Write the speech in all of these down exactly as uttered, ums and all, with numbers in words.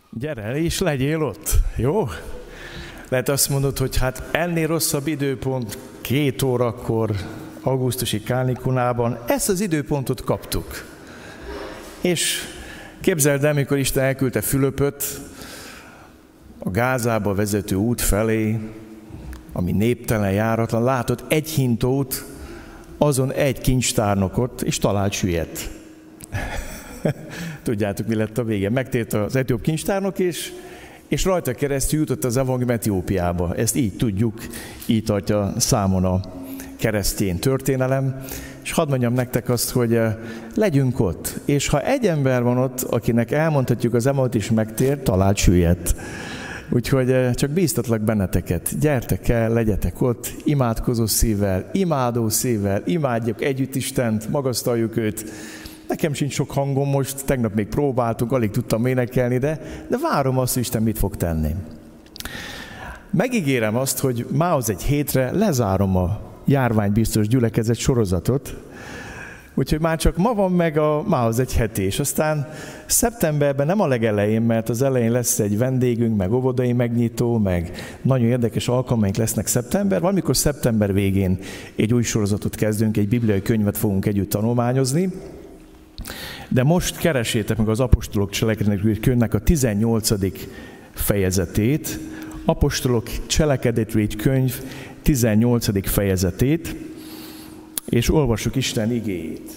Gyere és legyél ott, jó? Lehet azt mondod, hogy hát ennél rosszabb időpont, két órakor, augusztusi kánikulában, ezt az időpontot kaptuk. És képzeld el, mikor Isten elküldte Fülöpöt a Gázába vezető út felé, ami néptelen, járatlan, látott egy hintót, azon egy kincstárnokot, és talált sülyet. Tudjátok, mi lett a vége? Megtért az etióp kincstárnok, és, és rajta keresztül jutott az evangélium Etiópiába. Ezt így tudjuk, így tartja számon a keresztény történelem. És hadd mondjam nektek azt, hogy legyünk ott. És ha egy ember van ott, akinek elmondhatjuk az evangéliumot is megtért, talált sülyet. Úgyhogy csak bíztatlak benneteket. Gyertek el, legyetek ott, imádkozó szívvel, imádó szívvel, imádjuk együtt Istent, magasztaljuk őt. Nekem sincs sok hangom most, tegnap még próbáltunk, alig tudtam énekelni, de, de várom azt, hogy Isten mit fog tenni. Megígérem azt, hogy mához egy hétre lezárom a járványbiztos gyülekezet sorozatot, úgyhogy már csak ma van meg a mához egy heti, és aztán szeptemberben nem a legelején, mert az elején lesz egy vendégünk, meg óvodai megnyitó, meg nagyon érdekes alkalmaink lesznek szeptember, valamikor szeptember végén egy új sorozatot kezdünk, egy bibliai könyvet fogunk együtt tanulmányozni, de most keresétek meg az Apostolok Cselekedetek könyvnek a tizennyolcadik fejezetét, Apostolok Cselekedetek könyv tizennyolcadik fejezetét, és olvassuk Isten igéjét.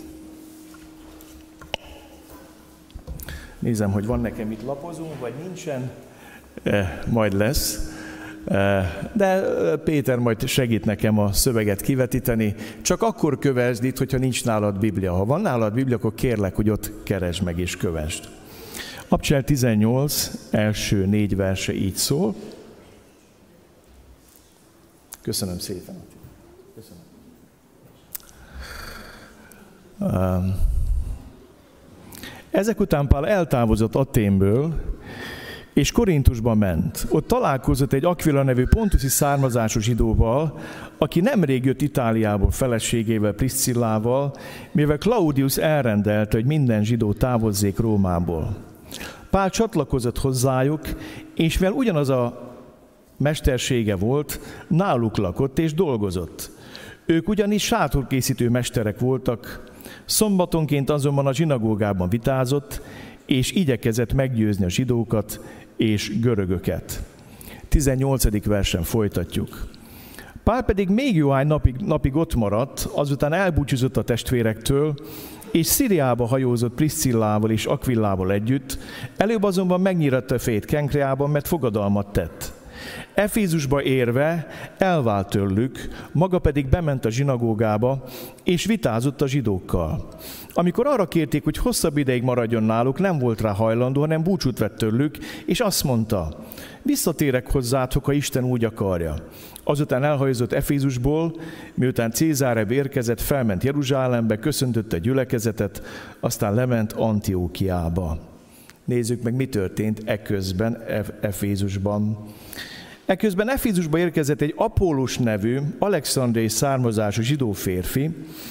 Nézem, hogy van nekem itt lapozunk, vagy nincsen. Eh, majd lesz. Eh, de Péter majd segít nekem a szöveget kivetíteni. Csak akkor kövesd itt, hogyha nincs nálad Biblia. Ha van nálad Biblia, akkor kérlek, hogy ott keresd meg és kövesd. Apostolok tizennyolc első négy verse így szól. Köszönöm szépen. Köszönöm. Ezek után Pál eltávozott Athénből, és Korintusba ment. Ott találkozott egy Aquila nevű pontuszi származású zsidóval, aki nemrég jött Itáliából feleségével, Priscillával, mivel Claudius elrendelte, hogy minden zsidó távozzék Rómából. Pál csatlakozott hozzájuk, és mivel ugyanaz a mestersége volt, náluk lakott és dolgozott. Ők ugyanis sátorkészítő mesterek voltak, szombatonként azonban a zsinagógában vitázott, és igyekezett meggyőzni a zsidókat és görögöket. tizennyolcadik versen folytatjuk. Pál pedig még jóhány napig, napig ott maradt, azután elbúcsúzott a testvérektől, és Szíriába hajózott Priscillával és Aquillával együtt, előbb azonban megnyiratta a fejét Kenkreában, mert fogadalmat tett. Efézusba érve elvált tőlük, maga pedig bement a zsinagógába, és vitázott a zsidókkal. Amikor arra kérték, hogy hosszabb ideig maradjon náluk, nem volt rá hajlandó, hanem búcsút vett tőlük, és azt mondta, visszatérek hozzátok, ha Isten úgy akarja. Azután elhajózott Efézusból, miután Cézáreba érkezett, felment Jeruzsálembe, köszöntötte a gyülekezetet, aztán lement Antiókiába. Nézzük meg, mi történt eközben Efézusban. Eközben Efézusba érkezett egy Apollós nevű, alexandriai származású zsidó férfi,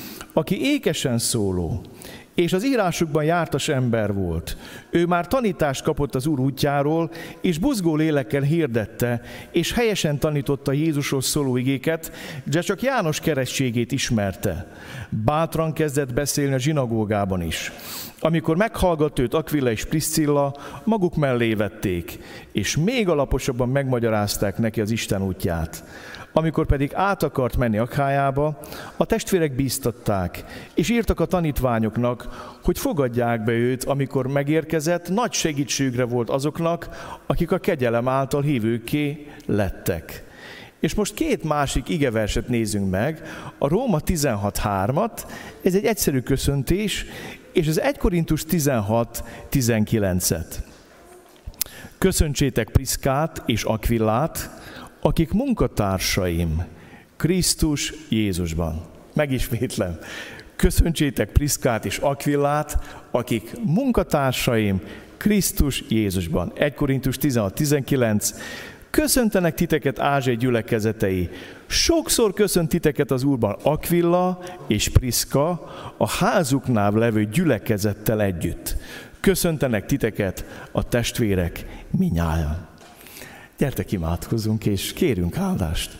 aki ékesen szóló, és az írásukban jártas ember volt. Ő már tanítást kapott az Úr útjáról, és buzgó lélekkel hirdette, és helyesen tanította Jézusról szóló igéket, de csak János keresztségét ismerte. Bátran kezdett beszélni a zsinagógában is. Amikor meghallgatt őt Aquila és Priscilla, maguk mellé vették, és még alaposabban megmagyarázták neki az Isten útját. Amikor pedig át akart menni Akhájába, a testvérek bíztatták, és írtak a tanítványoknak, hogy fogadják be őt, amikor megérkezett, nagy segítségre volt azoknak, akik a kegyelem által hívőkké lettek. És most két másik igeverset nézzünk meg, a Róma tizenhat hármat, ez egy egyszerű köszöntés, és az egy Korintus tizenhat tizenkilencet. Köszöntsétek Priszkát és Aquillát, akik munkatársaim Krisztus Jézusban. Megismétlem. Köszöntsétek Priszkát és Aquillát, akik munkatársaim Krisztus Jézusban. egy Korintus tizenhat tizenkilenc. Köszöntenek titeket Ázsiai gyülekezetei. Sokszor köszönt titeket az Úrban Aquilla és Priszka, a házuknál levő gyülekezettel együtt. Köszöntenek titeket a testvérek minnyájan. Gyertek, imádkozzunk, és kérünk áldást.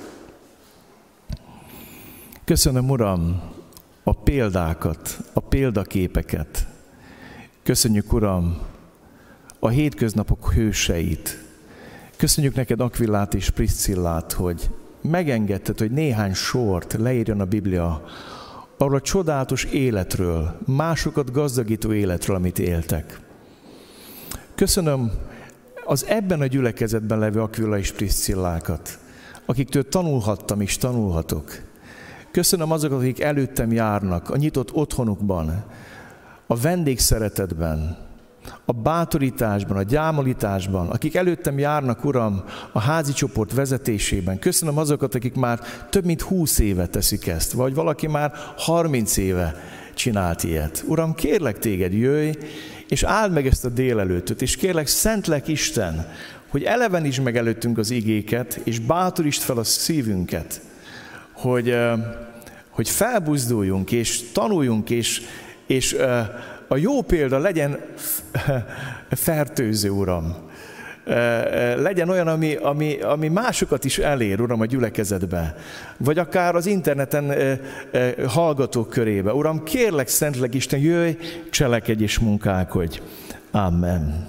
Köszönöm, Uram, a példákat, a példaképeket. Köszönjük, Uram, a hétköznapok hőseit. Köszönjük neked Akvilát és Priscillát, hogy megengedted, hogy néhány sort leírjon a Biblia arról a csodálatos életről, másokat gazdagító életről, amit éltek. Köszönöm az ebben a gyülekezetben levő Akvila és Priscillákat, akiktől tanulhattam és tanulhatok. Köszönöm azokat, akik előttem járnak, a nyitott otthonukban, a vendégszeretetben, a bátorításban, a gyámolításban, akik előttem járnak, Uram, a házi csoport vezetésében. Köszönöm azokat, akik már több mint húsz éve teszik ezt, vagy valaki már harminc éve csinált ilyet. Uram, kérlek téged, jöjj, és áld meg ezt a délelőttöt, és kérlek, Szentlek Isten, hogy elevenítsd meg előttünk az igéket, és bátorítsd fel a szívünket, hogy, hogy felbuzduljunk, és tanuljunk, és, és a jó példa legyen fertőző, Uram. Legyen olyan, ami, ami, ami másokat is elér, Uram, a gyülekezetbe, vagy akár az interneten hallgatók körébe. Uram, kérlek, Szentlek Isten, jöjj, cselekedj és munkálkodj. Amen.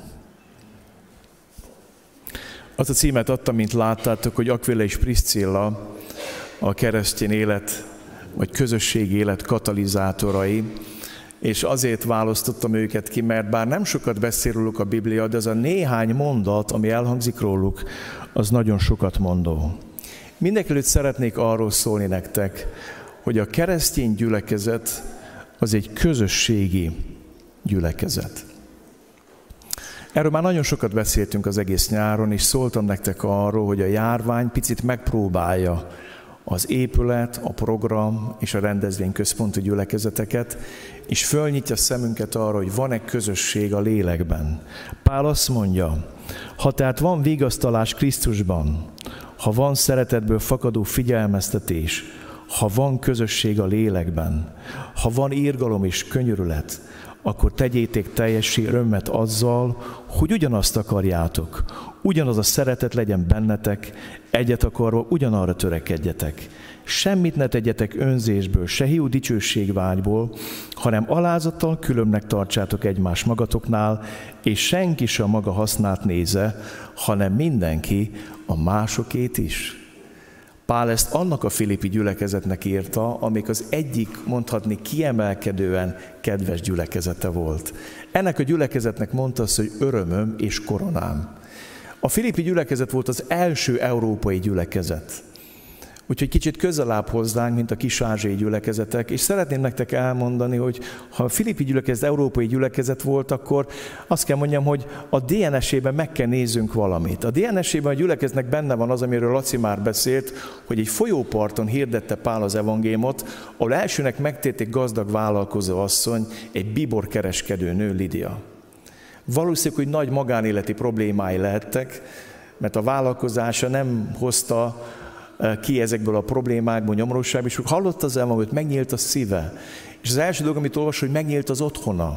Azt a címet adtam, mint láttátok, hogy Akvila és Priscilla a keresztény élet, vagy közösségi élet katalizátorai, és azért választottam őket ki, mert bár nem sokat beszél róluk a Biblia, de az a néhány mondat, ami elhangzik róluk, az nagyon sokat mondó. Mindenekelőtt szeretnék arról szólni nektek, hogy a keresztény gyülekezet az egy közösségi gyülekezet. Erről már nagyon sokat beszéltünk az egész nyáron, és szóltam nektek arról, hogy a járvány picit megpróbálja az épület, a program és a rendezvényközpontú gyülekezeteket, és fölnyitja szemünket arra, hogy van-e közösség a lélekben. Pál azt mondja, ha tehát van vigasztalás Krisztusban, ha van szeretetből fakadó figyelmeztetés, ha van közösség a lélekben, ha van irgalom és könyörület, akkor tegyétek teljessé örömet azzal, hogy ugyanazt akarjátok, ugyanaz a szeretet legyen bennetek, egyet akarva ugyanarra törekedjetek. Semmit ne tegyetek önzésből, se hiú dicsőségvágyból, hanem alázattal különbnek tartsátok egymás magatoknál, és senki sem maga hasznát nézze, hanem mindenki a másokét is. Pál ezt annak a filippi gyülekezetnek írta, amik az egyik, mondhatni, kiemelkedően kedves gyülekezete volt. Ennek a gyülekezetnek mondta azt, hogy örömöm és koronám. A filippi gyülekezet volt az első európai gyülekezet. Úgyhogy kicsit közelább hozzánk, mint a kis-ázsiai gyülekezetek, és szeretném nektek elmondani, hogy ha a filippi gyülekezet európai gyülekezet volt, akkor azt kell mondjam, hogy a dé en es-ében meg kell nézzünk valamit. A dé en es-ében a gyülekezetnek benne van az, amiről Laci már beszélt, hogy egy folyóparton hirdette Pál az evangéliumot, ahol elsőnek megtért egy gazdag vállalkozó asszony, egy biborkereskedő nő, Lidia. Valószínűleg, hogy nagy magánéleti problémái lehettek, mert a vállalkozása nem hozta ki ezekből a problémákból, nyomorúságból, és hallott az evangéliumot, megnyílt a szíve. És az első dolog, amit olvas, hogy megnyílt az otthona.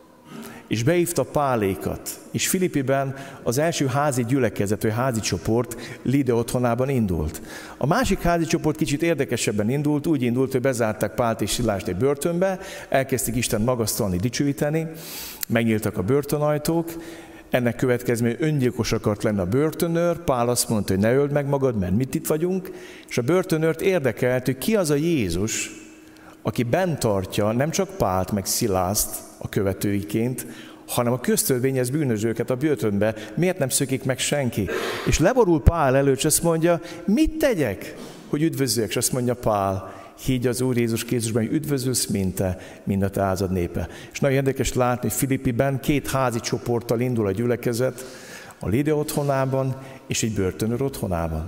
És beívta Pálékat. És Filippiben az első házi gyülekezet, vagy házi csoport Lídia otthonában indult. A másik házi csoport kicsit érdekesebben indult, úgy indult, hogy bezárták Pált és Szilást egy börtönbe, elkezdték Istent magasztalni, dicsőíteni, megnyíltak a börtönajtók. Ennek következménye öngyilkos akart lenni a börtönőr, Pál azt mondta, hogy ne öld meg magad, mert mit itt vagyunk, és a börtönőrt érdekelt, hogy ki az a Jézus, aki bent tartja nem csak Pált meg Szilászt a követőiként, hanem a köztörvényes bűnözőket a börtönbe, miért nem szökik meg senki? És leborul Pál előtt, és azt mondja, mit tegyek, hogy üdvözöljek? És azt mondja Pál, higgy az Úr Jézus Krisztusban, hogy üdvözülsz, mint te, mind a te házad népe. És nagyon érdekes látni, hogy Filippiben két házi csoporttal indul a gyülekezet, a Lídia otthonában és egy börtönőr otthonában.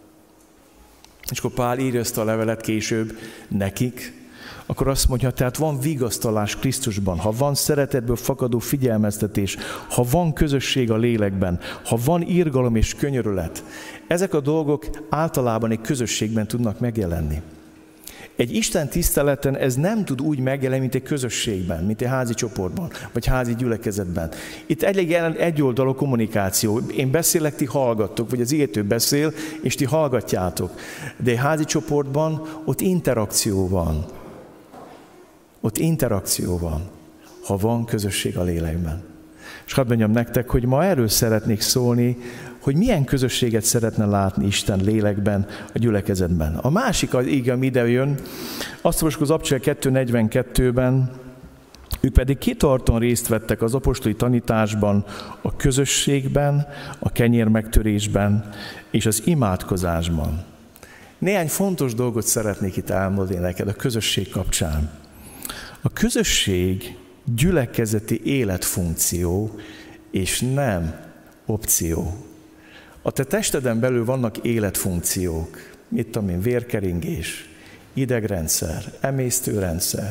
És akkor Pál írja ezt a levelet később nekik, akkor azt mondja, tehát van vigasztalás Krisztusban, ha van szeretetből fakadó figyelmeztetés, ha van közösség a lélekben, ha van irgalom és könyörület, ezek a dolgok általában egy közösségben tudnak megjelenni. Egy Isten tiszteleten ez nem tud úgy megjelenni, mint egy közösségben, mint egy házi csoportban, vagy házi gyülekezetben. Itt elég egyoldalú kommunikáció. Én beszélek, ti hallgattok, vagy az illető beszél, és ti hallgatjátok. De egy házi csoportban ott interakció van. Ott interakció van, ha van közösség a lélekben. És hadd mondjam nektek, hogy ma erről szeretnék szólni, hogy milyen közösséget szeretne látni Isten lélekben, a gyülekezetben. A másik az ige, ami ide jön, azt olvassuk az Apostolok kettő negyvenkettőben, ők pedig kitartóan részt vettek az apostoli tanításban, a közösségben, a kenyérmegtörésben és az imádkozásban. Néhány fontos dolgot szeretnék itt elmondani neked a közösség kapcsán. A közösség gyülekezeti életfunkció, és nem opció. A te testeden belül vannak életfunkciók, mit tudom én, vérkeringés, idegrendszer, emésztőrendszer,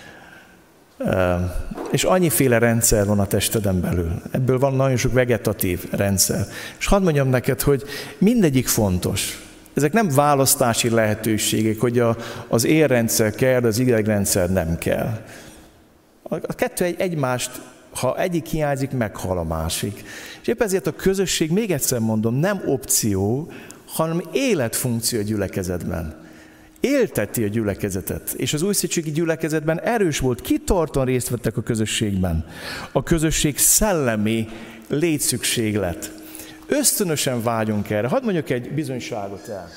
és annyiféle rendszer van a testeden belül. Ebből van nagyon sok vegetatív rendszer. És hadd mondjam neked, hogy mindegyik fontos. Ezek nem választási lehetőségek, hogy a, az érrendszer kell, de az idegrendszer nem kell. A kettő egy, egymást, ha egyik hiányzik, meghal a másik. És épp ezért a közösség, még egyszer mondom, nem opció, hanem életfunkció a gyülekezetben. Élteti a gyülekezetet, és az újszövetségi gyülekezetben erős volt, kitartóan részt vettek a közösségben. A közösség szellemi létszükséglet. Ösztönösen vágyunk erre. Hadd mondjak egy bizonyságot el.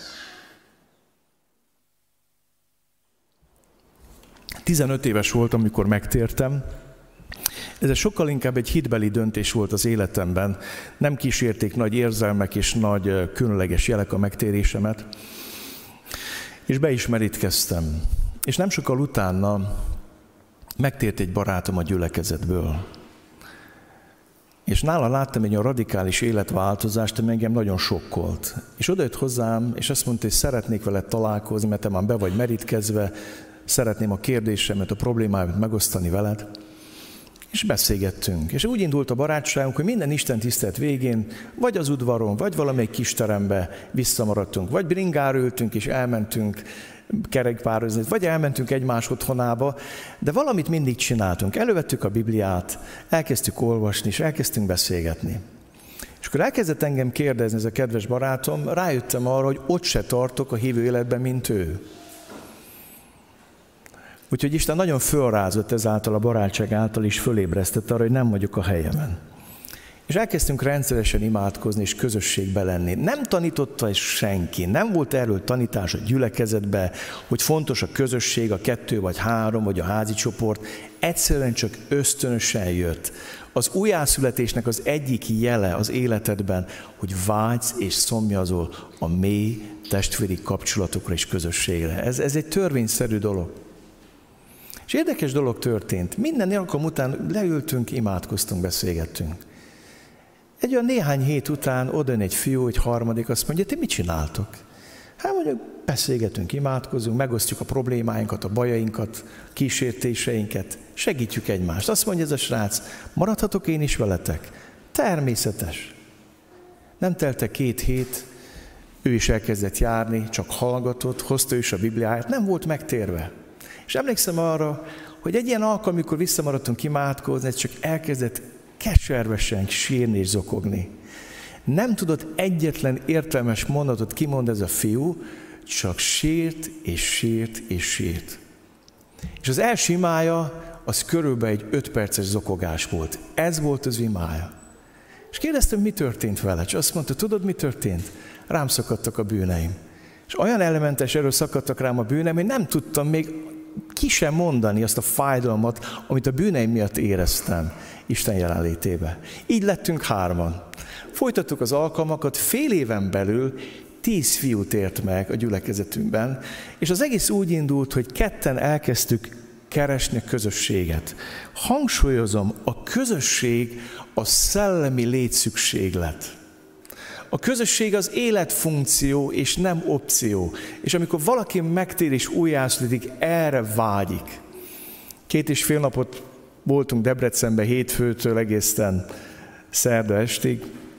tizenöt éves voltam, amikor megtértem. Ez sokkal inkább egy hitbeli döntés volt az életemben. Nem kísérték nagy érzelmek és nagy különleges jelek a megtérésemet. És be is merítkeztem. És nem sokkal utána megtért egy barátom a gyülekezetből. És nála láttam egy olyan radikális életváltozást, ami engem nagyon sokkolt. És odajött hozzám, és azt mondta, hogy szeretnék veled találkozni, mert te már be vagy merítkezve, szeretném a kérdésemet, a problémámat megosztani veled. És beszélgettünk. És úgy indult a barátságunk, hogy minden Isten tisztelet végén, vagy az udvaron, vagy valamelyik kis terembe visszamaradtunk, vagy bringára ültünk és elmentünk kerekpározni, vagy elmentünk egymás otthonába, de valamit mindig csináltunk. Elővettük a Bibliát, elkezdtük olvasni, és elkezdtünk beszélgetni. És akkor elkezdett engem kérdezni ez a kedves barátom, rájöttem arra, hogy ott se tartok a hívő életben, mint ő. Úgyhogy Isten nagyon fölrázott ezáltal a barátság által is, fölébresztett arra, hogy nem vagyok a helyemen. És elkezdtünk rendszeresen imádkozni és közösségbe lenni. Nem tanította ezt senki, nem volt erről tanítás a gyülekezetbe, hogy fontos a közösség, a kettő vagy három, vagy a házi csoport. Egyszerűen csak ösztönösen jött. Az újjászületésnek az egyik jele az életedben, hogy vágysz és szomjazol a mély testvéri kapcsolatokra és közösségre. Ez, ez egy törvényszerű dolog. És érdekes dolog történt. Minden alkalom után leültünk, imádkoztunk, beszélgettünk. Egy olyan néhány hét után odajön egy fiú, egy harmadik, azt mondja, ti mit csináltok? Hát mondjuk, beszélgetünk, imádkozunk, megosztjuk a problémáinkat, a bajainkat, kísértéseinket, segítjük egymást. Azt mondja ez a srác, maradhatok én is veletek? Természetes. Nem telte két hét, ő is elkezdett járni, csak hallgatott, hozta is a Bibliáját, nem volt megtérve. És emlékszem arra, hogy egy ilyen alkalom, amikor visszamaradtunk imádkozni, ez csak elkezdett keservesen sírni és zokogni. Nem tudott egyetlen értelmes mondatot kimondani ez a fiú, csak sírt és sírt és sírt. És az első imája, az körülbelül egy öt perces zokogás volt. Ez volt az imája. És kérdeztem, mi történt vele? És azt mondta, tudod, mi történt? Rám szakadtak a bűneim. És olyan elementes erről szakadtak rám a bűneim, hogy nem tudtam még ki sem mondani azt a fájdalmat, amit a bűneim miatt éreztem Isten jelenlétébe. Így lettünk hárman. Folytattuk az alkalmakat, fél éven belül tíz fiú tért meg a gyülekezetünkben, és az egész úgy indult, hogy ketten elkezdtük keresni a közösséget. Hangsúlyozom, a közösség a szellemi létszükséglet. A közösség az életfunkció, és nem opció. És amikor valaki megtér és újjászületik, erre vágyik. Két és fél napot voltunk Debrecenben hétfőtől egészen szerda estig,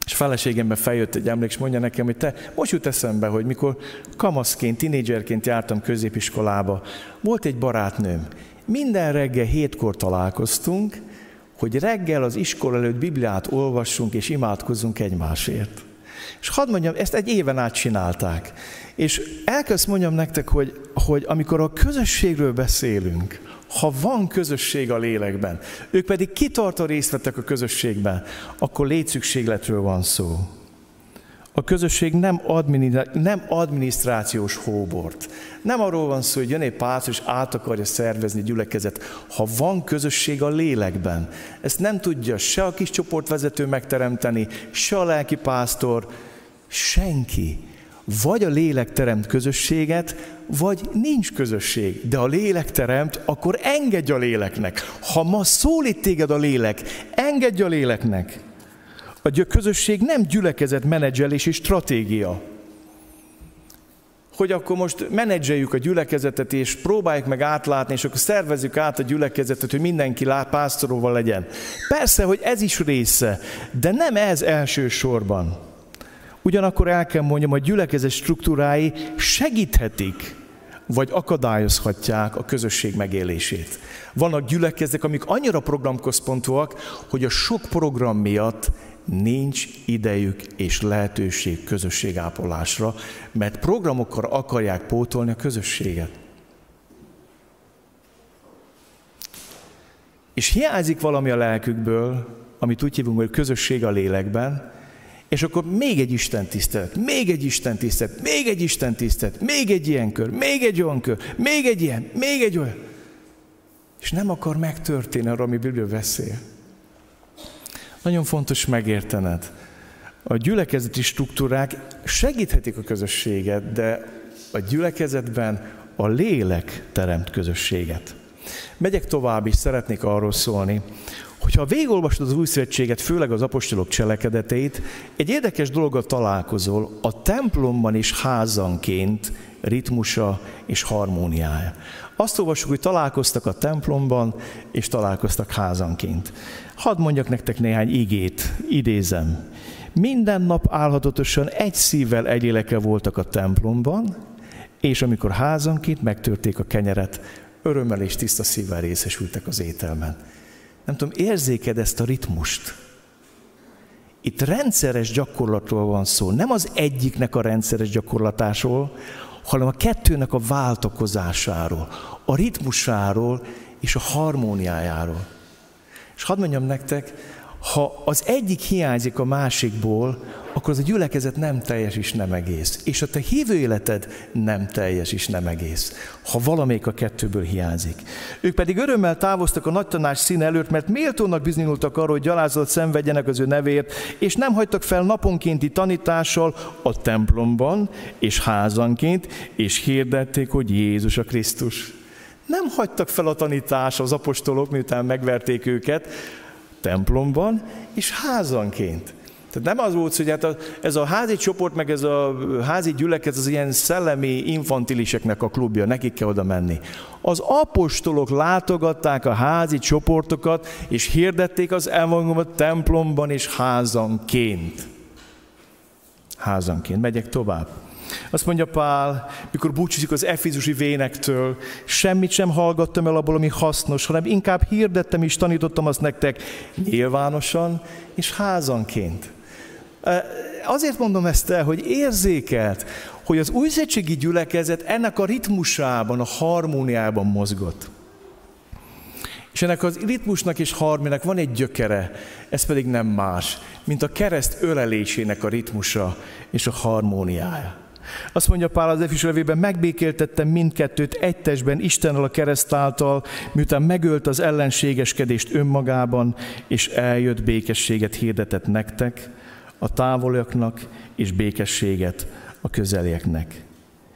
És feleségemben feljött egy emlék, és mondja nekem, hogy te, most jut eszembe, hogy mikor kamaszként, tinédzserként jártam középiskolába, volt egy barátnőm. Minden reggel hétkor találkoztunk, hogy reggel az iskola előtt Bibliát olvassunk és imádkozzunk egymásért. És hadd mondjam, ezt egy éven át csinálták. És elkezd mondjam nektek, hogy, hogy amikor a közösségről beszélünk, ha van közösség a lélekben, ők pedig kitartó részt vettek a közösségben, akkor létszükségletről van szó. A közösség nem, admini- nem adminisztrációs hóbort. Nem arról van szó, hogy jön egy pásztor és át akarja szervezni a gyülekezet. Ha van közösség a lélekben, ezt nem tudja se a kis csoportvezető megteremteni, se a lelki pásztor, senki. Vagy a lélek teremt közösséget, vagy nincs közösség. De a lélek teremt, akkor engedj a léleknek. Ha ma szólít téged a lélek, engedj a léleknek. A közösség nem gyülekezet menedzselés és stratégia. Hogy akkor most menedzseljük a gyülekezetet, és próbáljuk meg átlátni, és akkor szervezzük át a gyülekezetet, hogy mindenki lát, pásztoróval legyen. Persze, hogy ez is része, de nem ez elsősorban. Ugyanakkor el kell mondjam, hogy a gyülekezet struktúrái segíthetik, vagy akadályozhatják a közösség megélését. Vannak gyülekezetek, amik annyira programközpontúak, hogy a sok program miatt nincs idejük és lehetőség közösségápolásra, mert programokkal akarják pótolni a közösséget. És hiányzik valami a lelkükből, amit úgy hívunk, hogy közösség a lélekben, és akkor még egy Isten tisztelet, még egy Isten tisztelet, még egy Isten tisztelet, még egy ilyen kör, még egy olyan kör, még egy ilyen, még egy olyan. És nem akar megtörténni arra, ami Biblia beszél. Nagyon fontos megértened. A gyülekezeti struktúrák segíthetik a közösséget, de a gyülekezetben a lélek teremt közösséget. Megyek tovább, és szeretnék arról szólni, hogyha végigolvasod az Új Szövetséget, főleg az apostolok cselekedeteit, egy érdekes dologgal találkozol, a templomban is házanként ritmusa és harmóniája. Azt olvassuk, hogy találkoztak a templomban, és találkoztak házanként. Hadd mondjak nektek néhány igét, idézem. Minden nap álhatatosan egy szívvel, egy lélekkel voltak a templomban, és amikor házanként megtörték a kenyeret, örömmel és tiszta szívvel részesültek az ételben. Nem tudom, érzéked ezt a ritmust? Itt rendszeres gyakorlatról van szó. Nem az egyiknek a rendszeres gyakorlatásról, hanem a kettőnek a váltakozásáról, a ritmusáról és a harmóniájáról. És hadd mondjam nektek, ha az egyik hiányzik a másikból, akkor az a gyülekezet nem teljes és nem egész. És a te hívő életed nem teljes és nem egész, ha valamelyik a kettőből hiányzik. Ők pedig örömmel távoztak a nagy tanács színe előtt, mert méltónak bizonyultak arra, hogy gyalázatot szenvedjenek az ő nevért, és nem hagytak fel naponkénti tanítással a templomban és házanként, és hirdették, hogy Jézus a Krisztus. Nem hagytak fel a tanításra az apostolok, miután megverték őket, templomban és házanként. Tehát nem az volt, hogy hát a, ez a házi csoport, meg ez a házi gyülekezet, az ilyen szellemi infantiliseknek a klubja, nekik kell oda menni. Az apostolok látogatták a házi csoportokat, és hirdették az evangéliumot templomban és házanként. Házanként. Megyek tovább. Azt mondja Pál, mikor búcsúzik az efézusi vénektől, semmit sem hallgattam el abból, ami hasznos, hanem inkább hirdettem és tanítottam azt nektek nyilvánosan és házanként. Azért mondom ezt el, hogy érzékelt, hogy az újszövetségi gyülekezet ennek a ritmusában, a harmóniában mozgott. És ennek az ritmusnak és harmóniának van egy gyökere, ez pedig nem más, mint a kereszt ölelésének a ritmusa és a harmóniája. Azt mondja Pál az Efézusi levélben, megbékéltettem mindkettőt egy testben Istennel a kereszt által, miután megölt az ellenségeskedést önmagában, és eljött békességet hirdetett nektek, a távoliaknak, és békességet a közelieknek.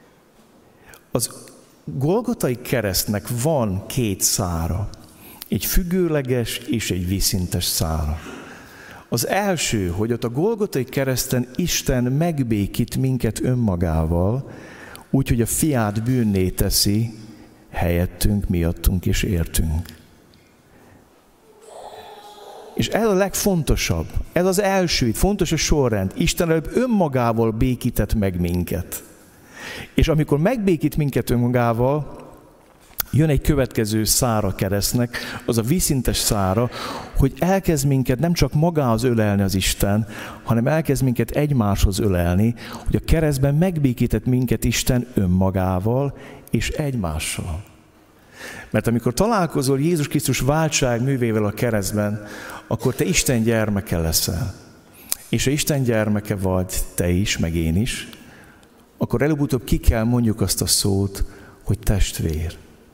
Az Golgotai keresztnek van két szára, egy függőleges és egy vízszintes szára. Az első, hogy ott a Golgotai kereszten Isten megbékít minket önmagával, úgy, hogy a fiát bűnné teszi, helyettünk, miattunk és értünk. És ez a legfontosabb, ez az első, itt fontos a sorrend. Isten előbb önmagával békített meg minket. És amikor megbékít minket önmagával, jön egy következő szára keresztnek, az a vízszintes szára, hogy elkezd minket nem csak magához ölelni az Isten, hanem elkezd minket egymáshoz ölelni, hogy a keresztben megbékített minket Isten önmagával és egymással. Mert amikor találkozol Jézus Krisztus váltság művével a keresztben, akkor te Isten gyermeke leszel. És ha Isten gyermeke vagy, te is, meg én is, akkor előbb-utóbb ki kell mondjuk azt a szót, hogy testvér.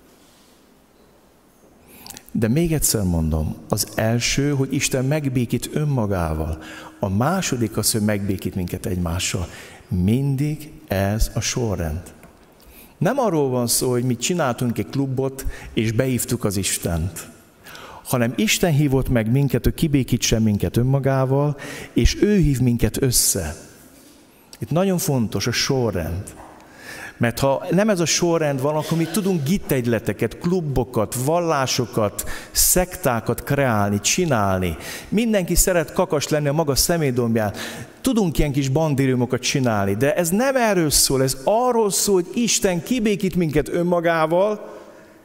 De még egyszer mondom, az első, hogy Isten megbékít önmagával. A második az, hogy megbékít minket egymással. Mindig ez a sorrend. Nem arról van szó, hogy mi csináltunk egy klubot, és behívtuk az Istent, hanem Isten hívott meg minket, hogy kibékítsen minket önmagával, és ő hív minket össze. Itt nagyon fontos a sorrend. Mert ha nem ez a sorrend van, akkor mi tudunk gittegyleteket, klubokat, vallásokat, szektákat kreálni, csinálni. Mindenki szeret kakas lenni a maga személydombján. Tudunk ilyen kis bandériumokat csinálni, de ez nem erről szól, ez arról szól, hogy Isten kibékít minket önmagával,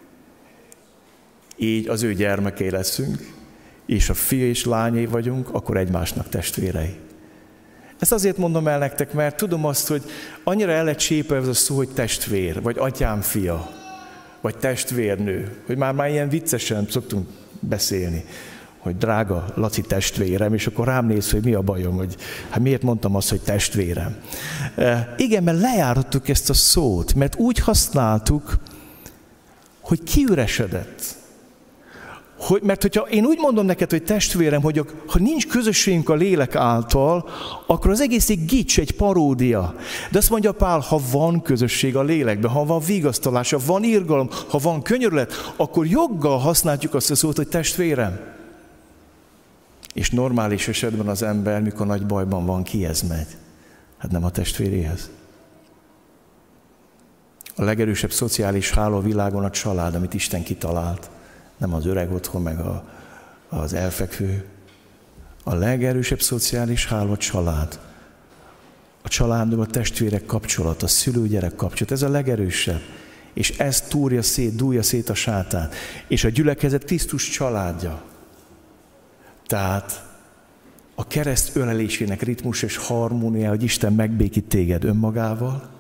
így az ő gyermekei leszünk, és a fia és lányai vagyunk, akkor egymásnak testvérei. Ezt azért mondom el nektek, mert tudom azt, hogy annyira el lett csépelve ez a szó, hogy testvér, vagy atyám fia, vagy testvérnő, hogy már, már ilyen viccesen szoktunk beszélni, hogy drága Laci testvérem, és akkor rám néz, hogy mi a bajom, hogy hát miért mondtam azt, hogy testvérem. E, igen, mert lejárattuk ezt a szót, mert úgy használtuk, hogy kiüresedett. Hogy, mert hogyha én úgy mondom neked, hogy testvérem, hogy ha nincs közösségünk a lélek által, akkor az egész egy gics, egy paródia. De azt mondja Pál, ha van közösség a lélekben, ha van vigasztalás, ha van irgalom, ha van könyörület, akkor joggal használjuk azt a szót, hogy testvérem. És normális esetben az ember, mikor nagy bajban van, kihez megy? Hát nem a testvéréhez. A legerősebb szociális háló a világon a család, amit Isten kitalált. Nem az öreg otthon, meg a, az elfekvő. A legerősebb szociális háló a család. A családban a testvérek kapcsolat, a szülő-gyerek kapcsolat, ez a legerősebb. És ez túrja szét, dúlja szét a sátán. És a gyülekezet Krisztus családja. Tehát a kereszt ölelésének ritmus és harmónia, hogy Isten megbékít téged önmagával,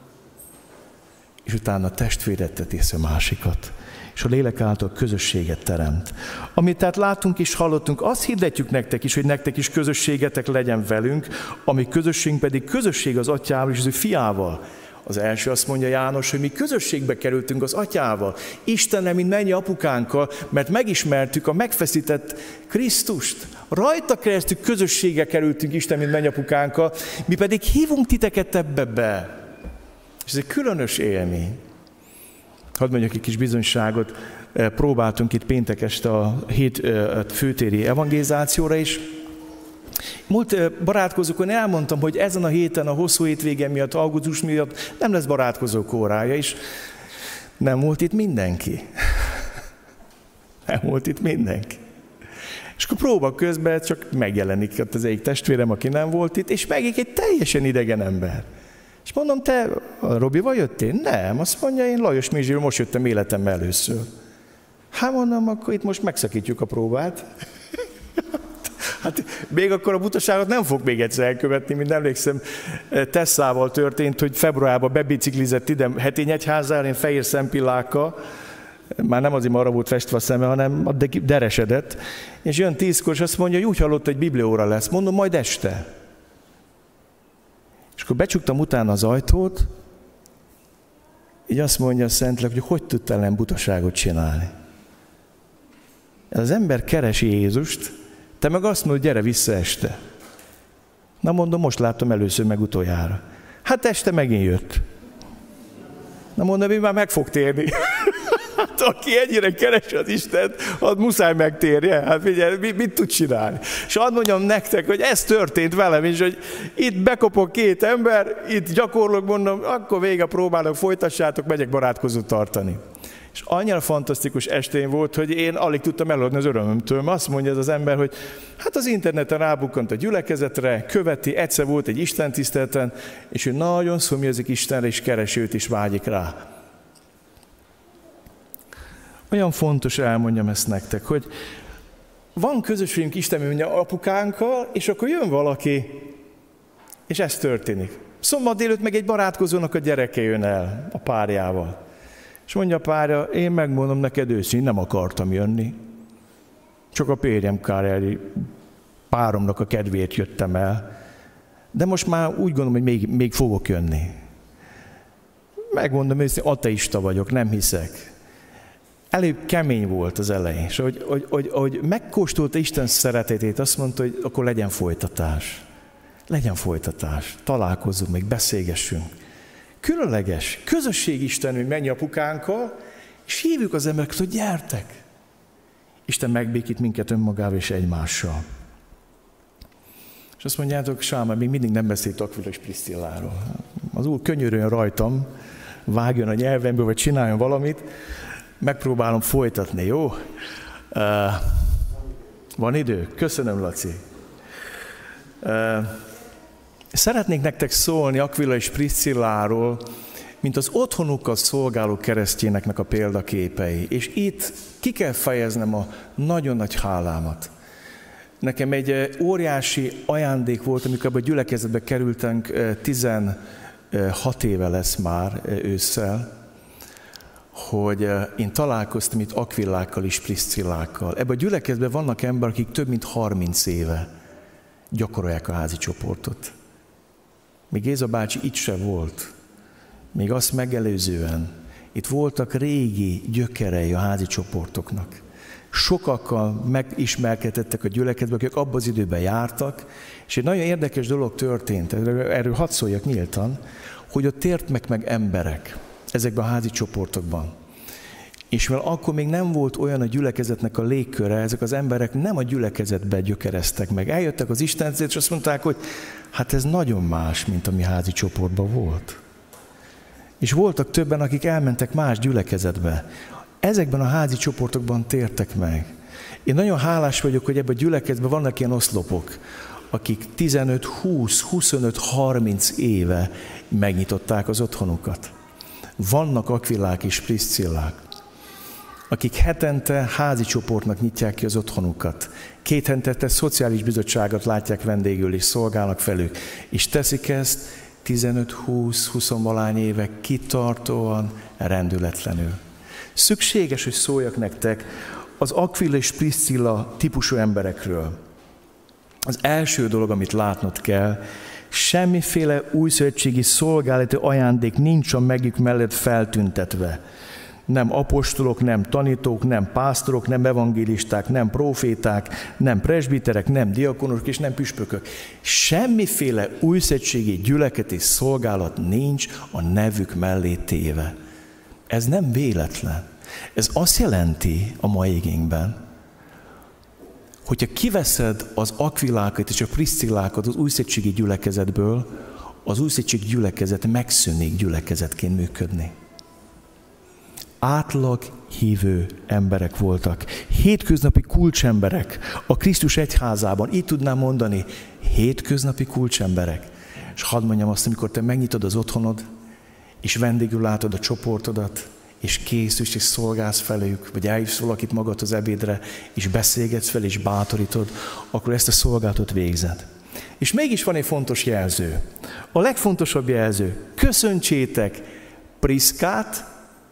és utána testvéret tész a másikat. És a lélek által közösséget teremt. Amit tehát látunk és hallottunk, azt hirdetjük nektek is, hogy nektek is közösségetek legyen velünk, ami közösségünk pedig közösség az atyával és az ő fiával. Az első azt mondja János, hogy mi közösségbe kerültünk az atyával, Istennel, mint mennyi apukánkkal, mert megismertük a megfeszített Krisztust. Rajta keresztül közösségbe kerültünk Isten, mint mennyi apukánkkal, mi pedig hívunk titeket ebbe be. És ez egy különös élmény. Hadd mondjak egy kis bizonyságot, próbáltunk itt péntek este a hét főtéri evangelizációra is. Múlt barátkozókon elmondtam, hogy ezen a héten, a hosszú hétvége miatt, augusztus miatt nem lesz barátkozók órája, és nem volt itt mindenki. Nem volt itt mindenki. És akkor próba közben csak megjelenik az egyik testvérem, aki nem volt itt, és megik egy teljesen idegen ember. És mondom, te a Robival jöttél? Nem, azt mondja, én Lajos Mizsiről most jöttem életemben először. Hát mondom, akkor itt most megszakítjuk a próbát. Hát még akkor a butaságot nem fog még egyszer elkövetni, mint emlékszem, Tesszával történt, hogy februárban bebiciklizett ide Hetény egyházára, én fehér szempillákkal, már nem azért arra volt festve a szeme, hanem addig deresedett, és jön tízkor, és azt mondja, hogy úgy hallott, hogy biblióra lesz. Mondom, majd este. És akkor becsuktam utána az ajtót, így azt mondja a Szentlélek, hogy hogy tudtál nem butaságot csinálni. Az ember keresi Jézust, te meg azt mondod, gyere vissza este. Na mondom, most láttam először meg utoljára. Hát este megint jött. Na mondom, én már meg fog térni. Hát aki ennyire keresi az Istent, az muszáj megtérje. Hát figyelj, mit, mit tud csinálni? És hadd mondjam nektek, hogy ez történt velem is, hogy itt bekopok két ember, itt gyakorlok, mondom, akkor vége próbálok, folytassátok, megyek barátkozót tartani. És És annyira fantasztikus estén volt, hogy én alig tudtam eladni az örömömtől. Azt mondja ez az ember, hogy hát az interneten rábukkant a gyülekezetre, követi, egyszer volt egy istentiszteleten, és ő nagyon szomjazik Istenre, és keresi őt, és vágyik rá. Olyan fontos, elmondjam ezt nektek, hogy van közösségünk Isten, mondja, apukánkkal, és akkor jön valaki, és ez történik. Szombat délután meg egy barátkozónak a gyereke jön el a párjával. És mondja a párja, én megmondom neked őszintén, nem akartam jönni. Csak a pérjem Káreli páromnak a kedvéért jöttem el. De most már úgy gondolom, hogy még, még fogok jönni. Megmondom őszintén, ateista vagyok, nem hiszek. Elég kemény volt az elején, és hogy, hogy, hogy, hogy megkóstolta Isten szeretetét, azt mondta, hogy akkor legyen folytatás. Legyen folytatás, találkozzunk, még beszélgessünk. Különleges, közösség Isten, hogy mennyi apukánkkal, és hívjuk az embereket, hogy gyertek. Isten megbékít minket önmagával és egymással. És azt mondjátok, Sámán, még mindig nem beszélt Akvila és Priszcilláról. Az Úr könyörüljön rajtam, vágjon a nyelvemből, vagy csináljon valamit, megpróbálom folytatni, jó? Uh, van idő? Köszönöm, Laci. Uh, szeretnék nektek szólni Akvila és Priszcilláról, mint az otthonukkal szolgáló keresztényeknek a példaképei. És itt ki kell fejeznem a nagyon nagy hálámat. Nekem egy óriási ajándék volt, amikor ebbe a gyülekezetbe kerültünk, tizenhat éve lesz már ősszel, hogy én találkoztam itt Akvillákkal és Priszcillákkal. Ebben a gyülekezetben vannak emberek, akik több mint harminc éve gyakorolják a házi csoportot. Még Géza bácsi itt se volt. Még azt megelőzően itt voltak régi gyökerei a házi csoportoknak. Sokakkal megismerkedtek a gyülekezetbe, akik abban az időben jártak, és egy nagyon érdekes dolog történt, erről hadd szóljak nyíltan, hogy ott tértek meg emberek ezekben a házi csoportokban. És mivel akkor még nem volt olyan a gyülekezetnek a légköre, ezek az emberek nem a gyülekezetbe gyökereztek meg. Eljöttek az Istenhez, és azt mondták, hogy hát ez nagyon más, mint ami házi csoportban volt. És voltak többen, akik elmentek más gyülekezetbe. Ezekben a házi csoportokban tértek meg. Én nagyon hálás vagyok, hogy ebben a gyülekezetben vannak ilyen oszlopok, akik tizenöt, húsz, huszonöt, harminc éve megnyitották az otthonukat. Vannak Akvillák és Priszcillák, akik hetente házi csoportnak nyitják ki az otthonukat. Két hetente szociális bizottságot látják vendégül, és szolgálnak felük. És teszik ezt tizenöt, húsz, húsz-valány éve kitartóan, rendületlenül. Szükséges, hogy szóljak nektek az Akvila és Priszcilla típusú emberekről. Az első dolog, amit látnod kell, semmiféle újszövetségi szolgálati ajándék nincs a megük mellett feltüntetve. Nem apostolok, nem tanítók, nem pásztorok, nem evangélisták, nem proféták, nem presbiterek, nem diakonok és nem püspökök. Semmiféle újszövetségi gyülekezeti szolgálat nincs a nevük mellé téve. Ez nem véletlen. Ez azt jelenti a mai igényben, hogyha kiveszed az Akvillákat és a Priszcillákat az újszövetségi gyülekezetből, az újszövetségi gyülekezet megszűnik gyülekezetként működni. Átlag hívő emberek voltak. Hétköznapi kulcsemberek a Krisztus egyházában. Így tudnám mondani, hétköznapi kulcsemberek. És hadd mondjam azt, amikor te megnyitod az otthonod, és vendégül látod a csoportodat, és készülsz, és szolgálsz felük, vagy elhívsz valakit magad az ebédre, és beszélgetsz fel, és bátorítod, akkor ezt a szolgálatot végzed. És mégis van egy fontos jelző. A legfontosabb jelző. Köszöntsétek Priszkát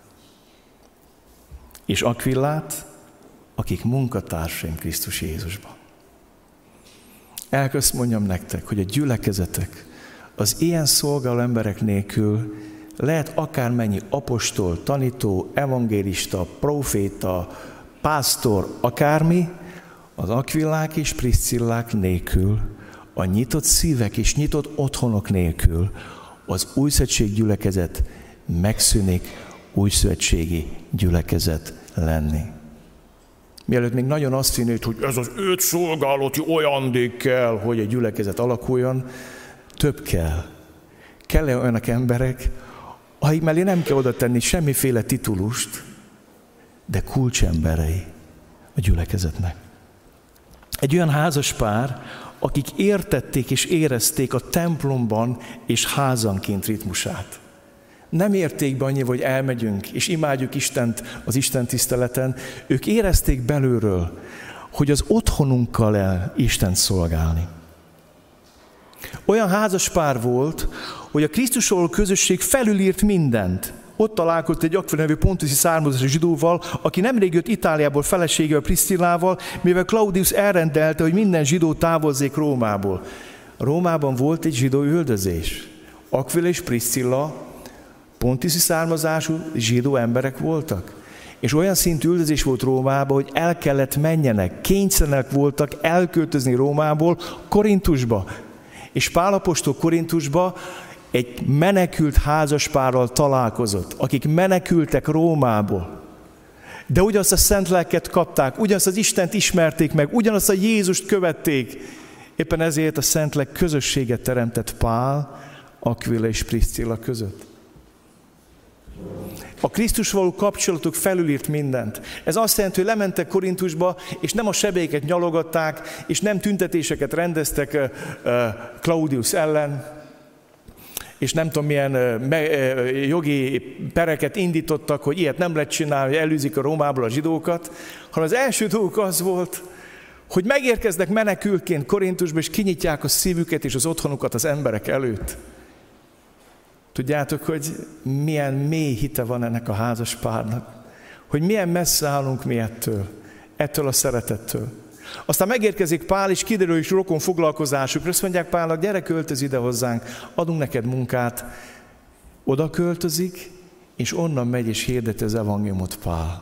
és Akvillát, akik munkatársaim Krisztus Jézusban. Elközt mondjam nektek, hogy a gyülekezetek az ilyen szolgáló emberek nélkül lehet akármennyi apostol, tanító, evangélista, proféta, pásztor, akármi, az Akvillák és Priszcillák nélkül, a nyitott szívek és nyitott otthonok nélkül az újszövetség gyülekezet megszűnik újszövetségi gyülekezet lenni. Mielőtt még nagyon azt hinnéd, hogy ez az öt szolgálati ajándék kell, hogy egy gyülekezet alakuljon, több kell. Kell-e olyanak emberek, akik mellé nem kell oda tenni semmiféle titulust, de kulcsemberei a gyülekezetnek. Egy olyan házas pár, akik értették és érezték a templomban és házanként ritmusát. Nem érték be annyival, hogy elmegyünk és imádjuk Istent az Isten tiszteleten. Ők érezték belülről, hogy az otthonunkkal el Istent szolgálni. Olyan házas pár volt, hogy a Krisztusról közösség felülírt mindent. Ott találkozott egy Aquila nevű pontuszi származású zsidóval, aki nemrég jött Itáliából feleségével, Priscillával, mivel Claudius elrendelte, hogy minden zsidó távozzék Rómából. Rómában volt egy zsidó üldözés. Aquila és Priscilla pontuszi származású zsidó emberek voltak. És olyan szintű üldözés volt Rómában, hogy el kellett menjenek, kényszerűek voltak elköltözni Rómából Korintusba. És Pál apostol Korintusba egy menekült házaspárral találkozott, akik menekültek Rómából. De ugyanazt a szent lelket kapták, ugyanazt az Istent ismerték meg, ugyanazt a Jézust követték. Éppen ezért a szent lélek közösséget teremtett Pál, Aquila és Priscilla között. A Krisztus való kapcsolatuk felülírt mindent. Ez azt jelenti, hogy lementek Korintusba, és nem a sebeiket nyalogatták, és nem tüntetéseket rendeztek Claudius ellen, és nem tudom milyen jogi pereket indítottak, hogy ilyet nem lehet csinálni, hogy elűzik a Rómából a zsidókat, hanem az első dolguk az volt, hogy megérkeznek menekültként Korintusba, és kinyitják a szívüket és az otthonukat az emberek előtt. Tudjátok, hogy milyen mély hite van ennek a házas párnak? Hogy milyen messze állunk mi ettől, ettől a szeretettől. Aztán megérkezik Pál, és kiderül is rokon foglalkozásukra. Azt mondják Pálnak, gyere, költöz ide hozzánk, adunk neked munkát. Oda költözik, és onnan megy és hirdeti az evangéliumot Pál.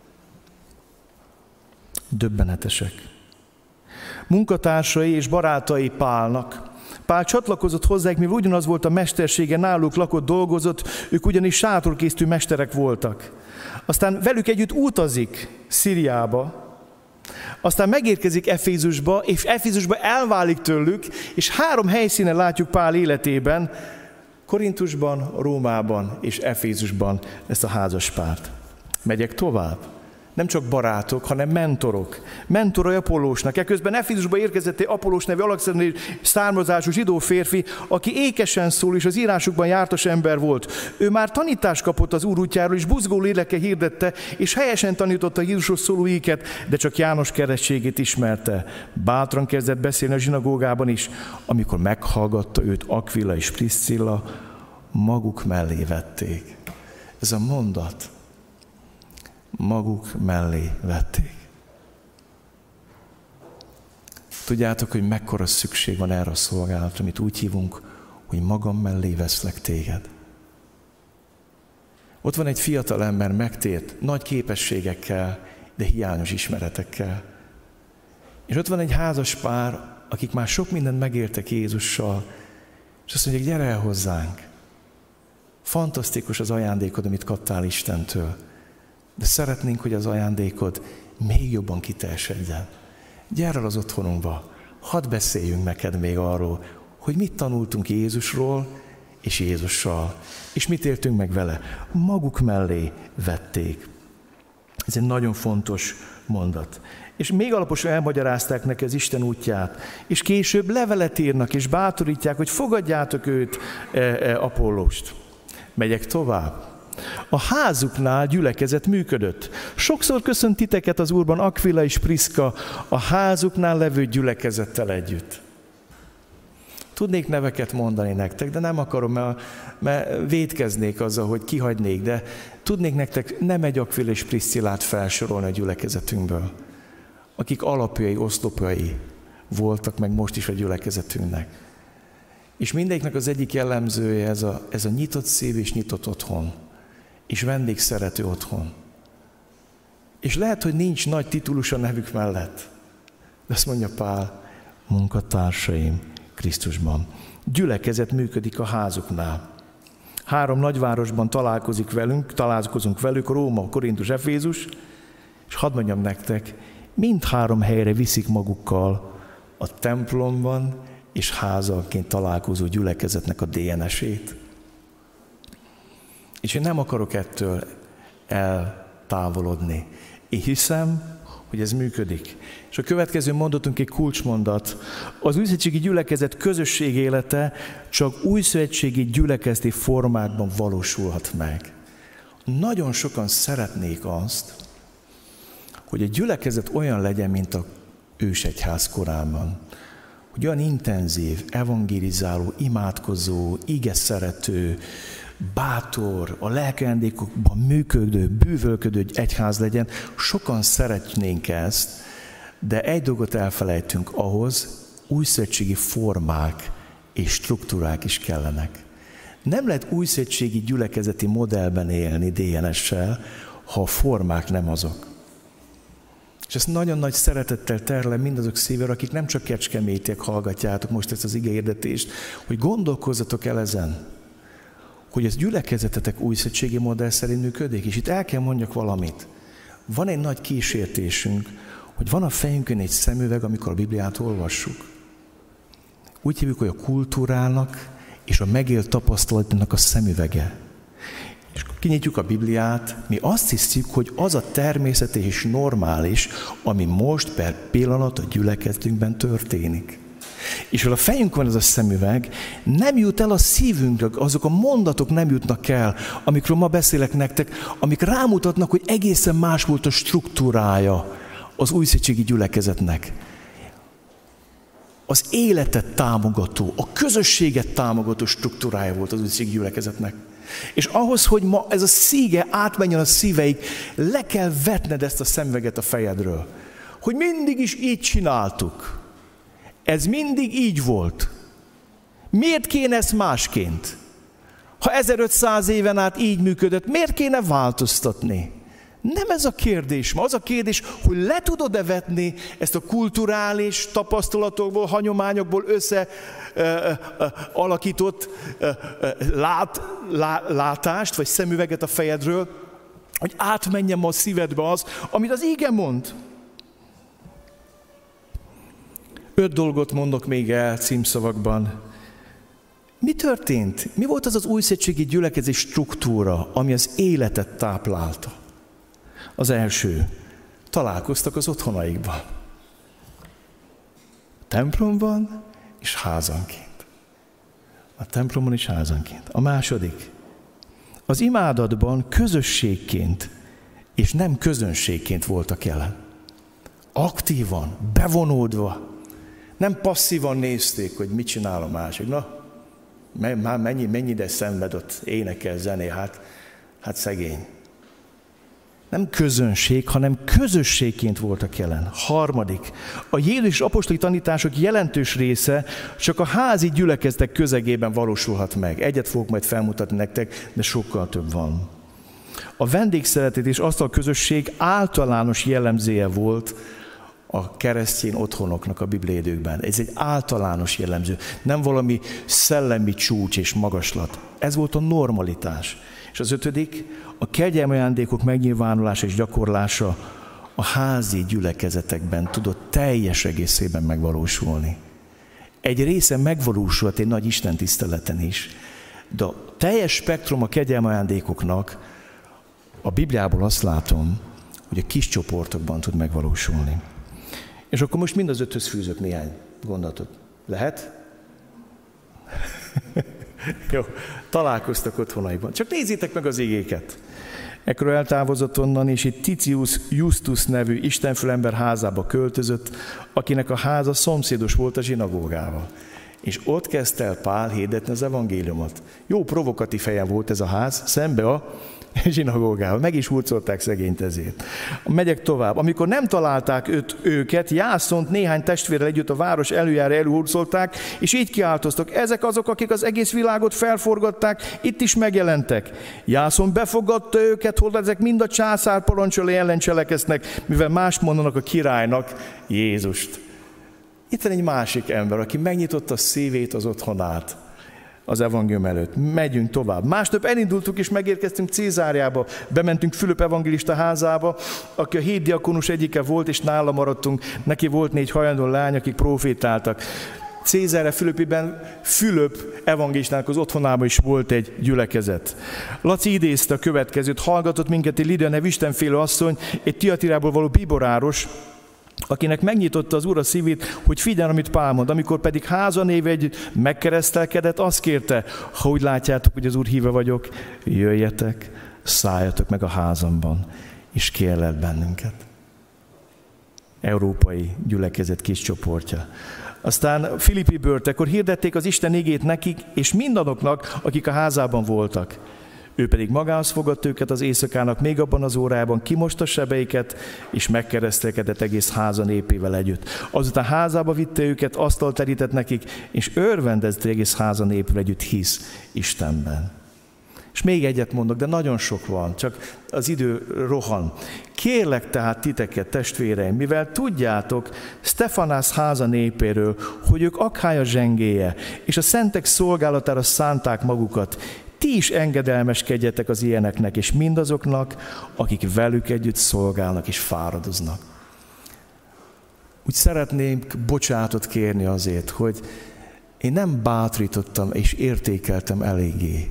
Döbbenetesek. Munkatársai és barátai Pálnak. Pál csatlakozott hozzájuk, mivel ugyanaz volt a mestersége, náluk lakott, dolgozott, ők ugyanis sátorkészítő mesterek voltak. Aztán velük együtt utazik Szíriába, aztán megérkezik Efézusba, és Efézusba elválik tőlük, és három helyszínen látjuk Pál életében, Korintusban, Rómában és Efézusban ezt a házas párt. Megyek tovább. Nem csak barátok, hanem mentorok. Mentorai Apollósnak. Eközben Efézusba érkezett egy Apollós nevű alexandriai származású zsidó férfi, aki ékesen szól, és az írásokban jártas ember volt. Ő már tanítást kapott az Úr útjáról, és buzgó léleke hirdette, és helyesen tanította Jézusról szóló íget, de csak János keresztségét ismerte. Bátran kezdett beszélni a zsinagógában is. Amikor meghallgatta őt Aquila és Priscilla, maguk mellé vették. Ez a mondat. Maguk mellé vették. Tudjátok, hogy mekkora szükség van erre a szolgálatra, amit úgy hívunk, hogy magam mellé veszlek téged. Ott van egy fiatal ember, megtért, nagy képességekkel, de hiányos ismeretekkel. És ott van egy házas pár, akik már sok mindent megértek Jézussal, és azt mondják, gyere el hozzánk. Fantasztikus az ajándékod, amit kaptál Istentől. De szeretnénk, hogy az ajándékod még jobban kiteljesedjen. Gyere el az otthonunkba, hadd beszéljünk neked még arról, hogy mit tanultunk Jézusról és Jézussal, és mit éltünk meg vele. Maguk mellé vették. Ez egy nagyon fontos mondat. És még alaposan elmagyarázták neki az Isten útját, és később levelet írnak, és bátorítják, hogy fogadjátok őt, e, e, Apollóst. Megyek tovább. A házuknál gyülekezet működött. Sokszor köszönt titeket az Úrban Aquila és Priszka a házuknál levő gyülekezettel együtt. Tudnék neveket mondani nektek, de nem akarom, mert, mert vétkeznék azzal, hogy kihagynék, de tudnék nektek nem egy Aquila és Priszcillát felsorolni a gyülekezetünkből, akik alapjai, oszlopjai voltak, meg most is a gyülekezetünknek. És mindegyiknek az egyik jellemzője ez a, ez a nyitott szív és nyitott otthon. És vendégszerető otthon. És lehet, hogy nincs nagy titulus a nevük mellett. De azt mondja Pál, munkatársaim Krisztusban. Gyülekezet működik a házuknál. Három nagyvárosban találkozik velünk, találkozunk velük, Róma, Korintus, Efézus, és hadd mondjam nektek, mindhárom helyre viszik magukkal a templomban és házalként találkozó gyülekezetnek a dé en es-ét. És én nem akarok ettől távolodni. Én hiszem, hogy ez működik. És a következő mondatunk egy kulcsmondat. Az újszövetségi gyülekezet közösség élete csak újszövetségi gyülekezeti formákban valósulhat meg. Nagyon sokan szeretnék azt, hogy a gyülekezet olyan legyen, mint a ősegyház korában. Hogy olyan intenzív, evangélizáló, imádkozó, ige szerető, bátor, a lelkiajándékokban működő, bűvölködő egyház legyen. Sokan szeretnénk ezt, de egy dolgot elfelejtünk, ahhoz újszövetségi formák és struktúrák is kellenek. Nem lehet újszövetségi gyülekezeti modellben élni dé en es-sel, ha a formák nem azok. És ezt nagyon nagy szeretettel terlem mindazok szívére, akik nem csak kecskemétiek hallgatjátok most ezt az igehirdetést, hogy gondolkozzatok el ezen, hogy ez gyülekezetetek újszövetségi modell szerint működik. És itt el kell mondjak valamit. Van egy nagy kísértésünk, hogy van a fejünkön egy szemüveg, amikor a Bibliát olvassuk. Úgy hívjuk, hogy a kultúrának és a megélt tapasztalatnak a szemüvege. És kinyitjuk a Bibliát, mi azt hiszük, hogy az a természetes és normális, ami most per pillanat a gyülekezetünkben történik. És ha a fejünkön van ez a szemüveg, nem jut el a szívünkre, azok a mondatok nem jutnak el, amikről ma beszélek nektek, amik rámutatnak, hogy egészen más volt a struktúrája az újszövetségi gyülekezetnek. Az életet támogató, a közösséget támogató struktúrája volt az újszövetségi gyülekezetnek. És ahhoz, hogy ma ez a szíge átmenjen a szíveig, le kell vetned ezt a szemüveget a fejedről. Hogy mindig is így csináltuk. Ez mindig így volt. Miért kéne ez másként? Ha ezerötszáz éven át így működött, miért kéne változtatni? Nem ez a kérdés ma. Az a kérdés, hogy le tudod-e vetni ezt a kulturális tapasztalatokból, hagyományokból össze ö, ö, ö, alakított ö, ö, lát, lá, látást, vagy szemüveget a fejedről, hogy átmenjen ma a szívedbe az, amit az íge mond. Öt dolgot mondok még el címszavakban. Mi történt? Mi volt az az újszövetségi gyülekezés struktúra, ami az életet táplálta? Az első, találkoztak az otthonaikban. Templomban és házanként. A templomon és házanként. A második, az imádatban közösségként és nem közönségként voltak jelen. Aktívan, bevonódva. Nem passzívan nézték, hogy mit csinál a másik. Na, már mennyi, mennyi ide szenved ott, énekel, zené, hát, hát szegény. Nem közönség, hanem közösségként voltak jelen. Harmadik, a Jézus és apostoli tanítások jelentős része csak a házi gyülekezetek közegében valósulhat meg. Egyet fogok majd felmutatni nektek, de sokkal több van. A vendégszeretet és asztal közösség általános jellemzője volt a keresztény otthonoknak a bibliai időkben. Ez egy általános jellemző, nem valami szellemi csúcs és magaslat. Ez volt a normalitás. És az ötödik, a kegyelmi ajándékok megnyilvánulása és gyakorlása a házi gyülekezetekben tudott teljes egészében megvalósulni. Egy része megvalósult egy nagy istentiszteleten is, de a teljes spektrum a kegyelmi ajándékoknak a Bibliából azt látom, hogy a kis csoportokban tud megvalósulni. És akkor most mind az öthöz fűzök néhány gondolatot. Lehet? Jó, találkoztak otthonaiban. Csak nézzétek meg az igéket. Ekkor eltávozott onnan, és itt Titius Justus nevű istenfőember házába költözött, akinek a háza szomszédos volt a zsinagógával. És ott kezdte el Pál hirdetni az evangéliumot. Jó provokatív helyen volt ez a ház, szembe a zsinagógával. Meg is hurcolták szegényt ezért. Megyek tovább. Amikor nem találták őt, őket, Jászont néhány testvérrel együtt a város előjára elhurcolták, és így kiáltoztak. Ezek azok, akik az egész világot felforgatták, itt is megjelentek. Jászon befogadta őket, hol ezek mind a császár parancsolai ellen cselekeznek, mivel más mondanak a királynak, Jézust. Itt van egy másik ember, aki megnyitotta a szívét, az otthonát az evangélium előtt. Megyünk tovább. Másnap elindultuk és megérkeztünk Cézáriába. Bementünk Fülöp evangélista házába, aki a hét diakonus egyike volt, és nála maradtunk. Neki volt négy hajlandó lány, akik profétáltak. Cézárre Fülöpiben Fülöp evangélistának az otthonában is volt egy gyülekezet. Laci idézte a következőt, hallgatott minket egy Lidia nevű istenfélő asszony, egy Tiatirából való bíboráros, akinek megnyitotta az Úr a szívét, hogy figyelj, amit Pál mond. Amikor pedig házanéve együtt megkeresztelkedett, azt kérte, ha úgy látjátok, hogy az Úr híve vagyok, jöjjetek, szálljatok meg a házamban, és kérlelt bennünket. Európai gyülekezet kis csoportja. Aztán Filippi börtekor hirdették az Isten igét nekik, és mindazoknak, akik a házában voltak. Ő pedig magához fogadta őket az éjszakának, még abban az órában kimosta sebeiket, és megkeresztelkedett egész háza népével együtt. Azután házába vitte őket, asztalt terített nekik, és örvendezett egész háza népével együtt hisz Istenben. És még egyet mondok, de nagyon sok van, csak az idő rohan. Kérlek tehát titeket, testvéreim, mivel tudjátok Sztefanász háza népéről, hogy ők Akhája zsengéje, és a szentek szolgálatára szánták magukat, ti is engedelmeskedjetek az ilyeneknek, és mindazoknak, akik velük együtt szolgálnak és fáradoznak. Úgy szeretnénk bocsánatot kérni azért, hogy én nem bátorítottam és értékeltem eléggé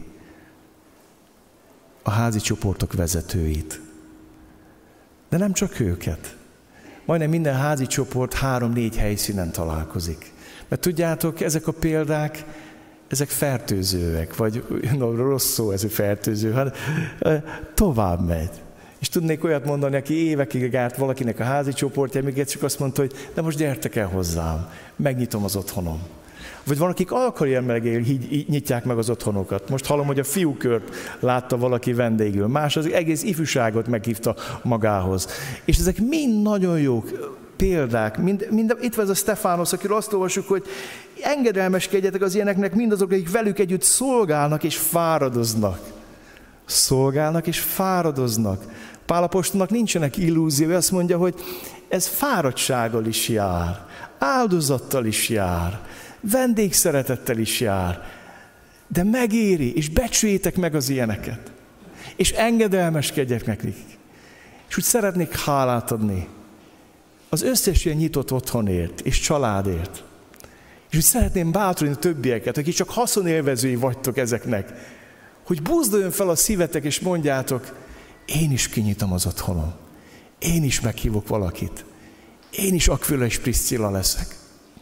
a házi csoportok vezetőit. De nem csak őket. Majdnem minden házi csoport három-négy helyszínen találkozik. Mert tudjátok, ezek a példák, ezek fertőzőek, vagy no, rossz szó ez, hogy fertőző, hát tovább megy. És tudnék olyat mondani, aki évekig járt valakinek a házi csoportja, még egyszer azt mondta, hogy de most gyertek el hozzám, megnyitom az otthonom. Vagy van, akik alkalommal így nyitják meg az otthonokat. Most hallom, hogy a fiúkört látta valaki vendégül, más az egész ifjúságot meghívta magához. És ezek mind nagyon jók példák. Mind, mind, itt van ez a Sztefánosz, akiről azt olvasjuk, hogy engedelmeskedjetek az ilyeneknek mindazok, akik velük együtt szolgálnak és fáradoznak. Szolgálnak és fáradoznak. Pál apostolnak nincsenek illúziói, azt mondja, hogy ez fáradtsággal is jár, áldozattal is jár, vendégszeretettel is jár, de megéri, és becsüljétek meg az ilyeneket, és engedelmeskedjek nekik. És úgy szeretnék hálát adni az összes ilyen nyitott otthonért és családért. És úgy szeretném bátorítani a többieket, akik csak haszonélvezői vagytok ezeknek, hogy buzduljon fel a szívetek, és mondjátok, én is kinyitom az otthonom. Én is meghívok valakit. Én is Akvila és Priszcilla leszek.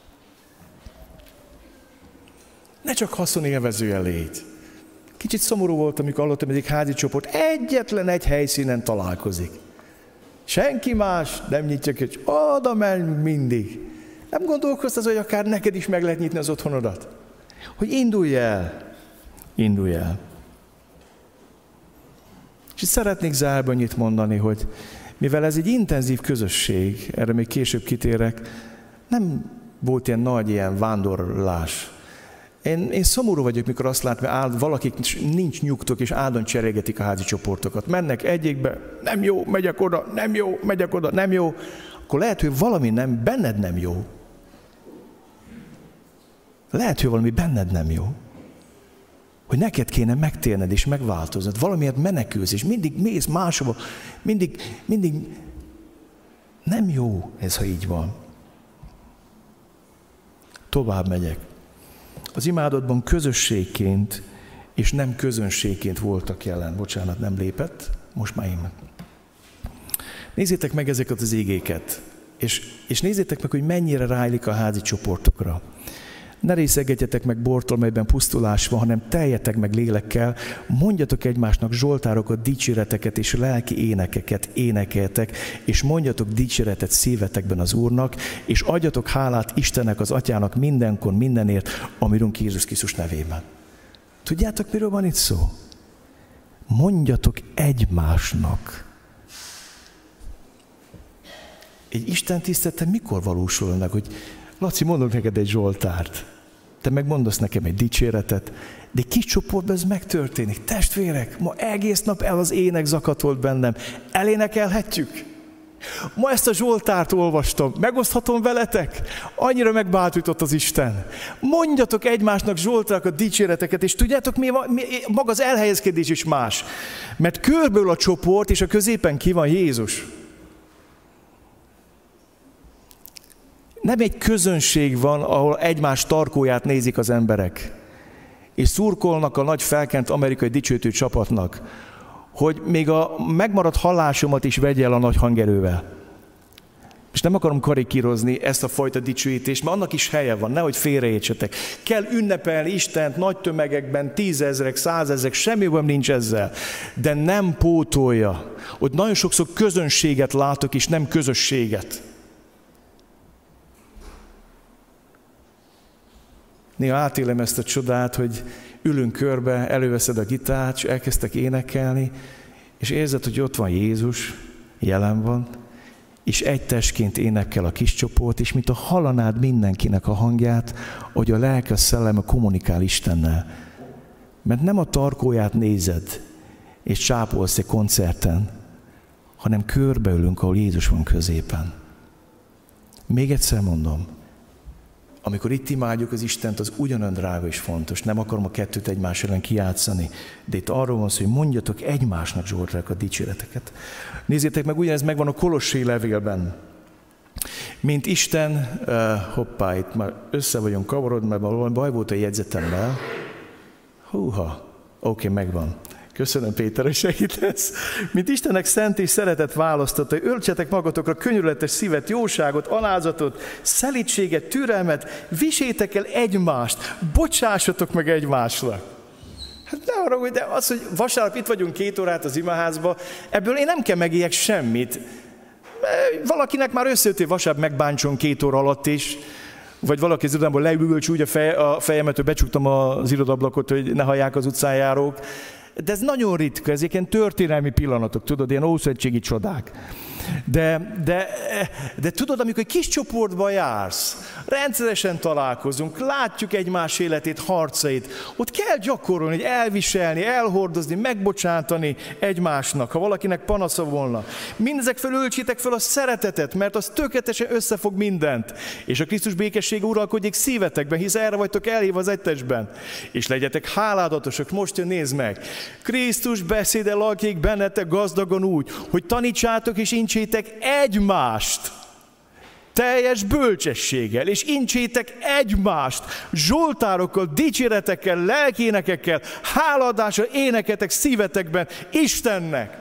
Ne csak haszonélvezője légy. Kicsit szomorú volt, amikor hallottam, hogy egy házi csoport egyetlen egy helyszínen találkozik. Senki más nem nyitja ki, hogy oda menj mindig. Nem gondolkoztál, hogy akár neked is meg lehet nyitni az otthonodat? Hogy indulj el. Indulj el. És itt szeretnék zárban nyit mondani, hogy mivel ez egy intenzív közösség, erre még később kitérek, nem volt ilyen nagy ilyen vándorlás. Én, én szomorú vagyok, mikor azt látom, hogy áld, valakik nincs nyugtok, és áldon cserélgetik a házi csoportokat. Mennek egyikbe, nem jó, megyek oda, nem jó, megyek oda, nem jó. Akkor lehet, hogy valami nem, benned nem jó. Lehet, hogy valami benned nem jó. Hogy neked kéne megtérned és megváltoznod. Valamiért menekülsz, és mindig mész máshova. Mindig, mindig nem jó ez, ha így van. Tovább megyek. Az imádatban közösségként és nem közönségként voltak jelen. Bocsánat, nem lépett. Most már én. Nézzétek meg ezeket az igéket, és, és nézzétek meg, hogy mennyire rájlik a házi csoportokra. Ne részegedjetek meg bortól, melyben pusztulás van, hanem teljetek meg lélekkel, mondjatok egymásnak zsoltárokat, dicséreteket és lelki énekeket énekeltek, és mondjatok dicséretet szívetekben az Úrnak, és adjatok hálát Istennek, az Atyának mindenkor, mindenért, amirunk Jézus Krisztus nevében. Tudjátok, miről van itt szó? Mondjatok egymásnak. Egy Isten tisztelete mikor valósul meg, hogy Laci, mondok neked egy zsoltárt, te meg mondasz nekem egy dicséretet, de kis csoportban ez megtörténik. Testvérek, ma egész nap el az ének zakatolt bennem. Elénekelhetjük? Ma ezt a zsoltárt olvastam, megoszthatom veletek? Annyira megbátorított az Isten. Mondjatok egymásnak zsoltárokat, dicséreteket, és tudjátok, mi, mi, maga az elhelyezkedés is más. Mert körből a csoport, és a középen ki van Jézus. Nem egy közönség van, ahol egymás tarkóját nézik az emberek, és szurkolnak a nagy felkent amerikai dicsőítő csapatnak, hogy még a megmaradt hallásomat is vegye el a nagy hangerővel. És nem akarom karikírozni ezt a fajta dicsőítést, mert annak is helye van, nehogy félreértsetek. Kell ünnepelni Istent nagy tömegekben, tízezrek, százezrek, semmi bajom nincs ezzel. De nem pótolja. Ott nagyon sokszor közönséget látok, és nem közösséget. Néha átélem ezt a csodát, hogy ülünk körbe, előveszed a gitárt, és elkezdtek énekelni, és érzed, hogy ott van Jézus, jelen van, és egy testként énekel a kis csoport, és mint a hallanád mindenkinek a hangját, hogy a lelke, a szelleme kommunikál Istennel. Mert nem a tarkóját nézed, és csápolsz egy koncerten, hanem körbeülünk, ahol Jézus van középen. Még egyszer mondom, amikor itt imádjuk az Istent, az ugyanolyan drága és fontos. Nem akarom a kettőt egymás ellen kijátszani, de itt arról van szó, hogy mondjatok egymásnak Zsoltrák a dicséreteket. Nézzétek meg, ugyanez megvan a Kolossé levélben. Mint Isten, uh, hoppá, itt már össze vagyunk kavarodva, mert valami baj volt a jegyzetemmel. Húha, oké, okay, megvan. Köszönöm, Péter, hogy segítesz. Mint Istennek szent és szeretett választotta, hogy öltsetek magatokra könyörületes szívet, jóságot, alázatot, szelídséget, türelmet, visétek el egymást, bocsássatok meg egymásnak. Hát ne arra, hogy de az, hogy vasárnap itt vagyunk két órát az imaházba, ebből én nem kell megéljek semmit. Valakinek már összejött, hogy vasárnap megbántson két óra alatt is, vagy valaki az irodámból leülgölcs úgy a, fej, a fejemet, hogy becsuktam az irodablakot, hogy ne hallják az utcán járók. De ez nagyon ritka, ezek ilyen történelmi pillanatok, tudod, ilyen ószövetségi csodák. De, de, de tudod, amikor egy kis csoportban jársz, rendszeresen találkozunk, látjuk egymás életét, harcait, ott kell gyakorolni, hogy elviselni, elhordozni, megbocsátani egymásnak, ha valakinek panasza volna. Mindezek felől öltsétek fel a szeretetet, mert az tökéletesen összefog mindent. És a Krisztus békessége uralkodjék szívetekben, hisz erre vagytok elhívva az egy testben. És legyetek háládatosak, most jön, nézd meg. Krisztus beszéde lakik bennetek gazdagon úgy, hogy tanítsátok és incsétek egymást teljes bölcsességgel, és incsétek egymást zsoltárokkal, dicséretekkel, lelkénekekkel, háladással éneketek szívetekben Istennek.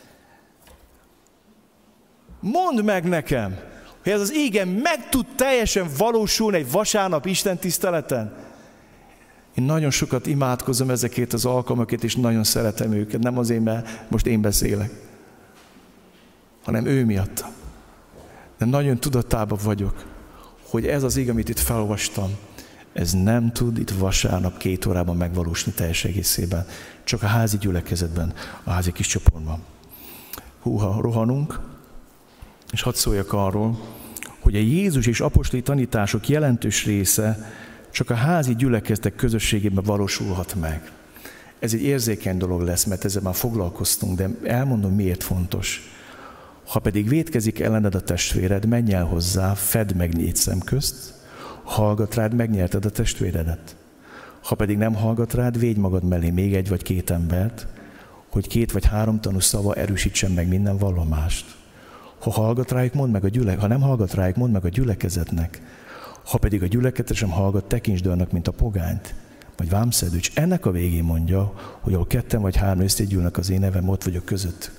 Mondd meg nekem, hogy ez az igen meg tud teljesen valósulni egy vasárnap Isten tiszteleten. Én nagyon sokat imádkozom ezekért az alkalmakat, és nagyon szeretem őket. Nem azért, mert most én beszélek, hanem ő miatt. De nagyon tudatában vagyok, hogy ez az ige, amit itt felolvastam, ez nem tud itt vasárnap két órában megvalósulni teljes egészében. Csak a házi gyülekezetben, a házi kis csoportban. Húha, rohanunk, és hadd szóljak arról, hogy a Jézus és apostoli tanítások jelentős része csak a házi gyülekezetek közösségében valósulhat meg. Ez egy érzékeny dolog lesz, mert ezzel már foglalkoztunk, de elmondom, miért fontos. Ha pedig vétkezik ellened a testvéred, menj el hozzá, fedd meg négy szem közt, hallgat rád, megnyerted a testvéredet. Ha pedig nem hallgat rád, védj magad mellé még egy vagy két embert, hogy két vagy három tanú szava erősítsen meg minden vallomást. Ha hallgat rájuk, mondd meg a gyülek, ha nem hallgat rájuk, mondd meg a gyülekezetnek. Ha pedig a gyülekezet sem hallgat, tekintsd annak, mint a pogányt, vagy vámszedőcs. Ennek a végén mondja, hogy ahol ketten vagy három összegyűlnek az én nevem, ott vagyok között.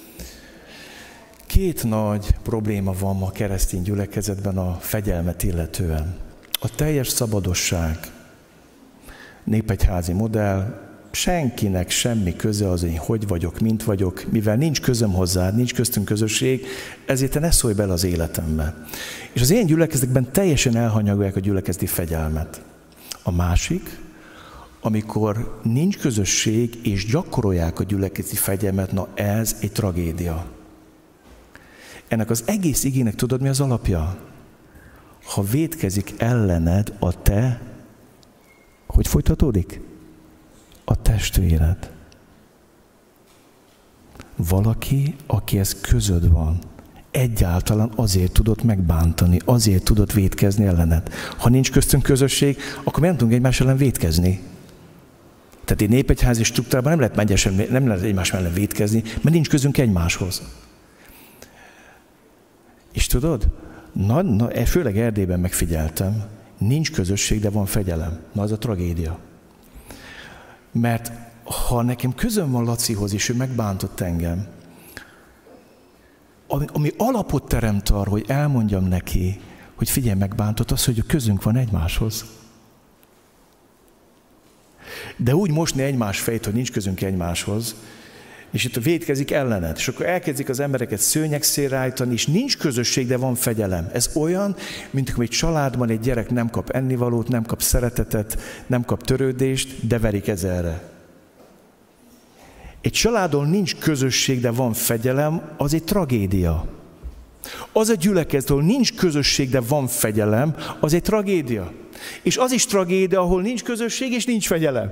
Két nagy probléma van ma a keresztény gyülekezetben a fegyelmet illetően. A teljes szabadosság, népegyházi modell, senkinek semmi köze az, én hogy vagyok, mint vagyok, mivel nincs közöm hozzád, nincs köztünk közösség, ezért te ne szólj bele az életembe. És az én gyülekezetekben teljesen elhanyagolják a gyülekezeti fegyelmet. A másik, amikor nincs közösség, és gyakorolják a gyülekezeti fegyelmet, na ez egy tragédia. Ennek az egész igének tudod, mi az alapja? Ha vétkezik ellened a te, hogy folytatódik? A testvéred. Valaki, akihez közöd van, egyáltalán azért tudod megbántani, azért tudod vétkezni ellened. Ha nincs köztünk közösség, akkor nem tudunk egymás ellen vétkezni. Tehát egy népegyházi struktúrában nem lehet, megyesen, nem lehet egymás ellen vétkezni, mert nincs közünk egymáshoz. És tudod, Na, na, főleg Erdélyben megfigyeltem, nincs közösség, de van fegyelem. Na, az a tragédia. Mert ha nekem közöm van Lacihoz, és ő megbántott engem, ami, ami alapot teremt arra, hogy elmondjam neki, hogy figyelj, megbántott, az, hogy a közünk van egymáshoz. De úgy mosni egymás fejt, hogy nincs közünk egymáshoz, és itt vétkezik ellened, és akkor elkezdik az embereket szőnyegszélre állítani, és nincs közösség, de van fegyelem. Ez olyan, mint amikor egy családban egy gyerek nem kap ennivalót, nem kap szeretetet, nem kap törődést, de verik ezerre. Egy családon nincs közösség, de van fegyelem, az egy tragédia. Az a gyülekezet, ahol nincs közösség, de van fegyelem, az egy tragédia. És az is tragédia, ahol nincs közösség, és nincs fegyelem.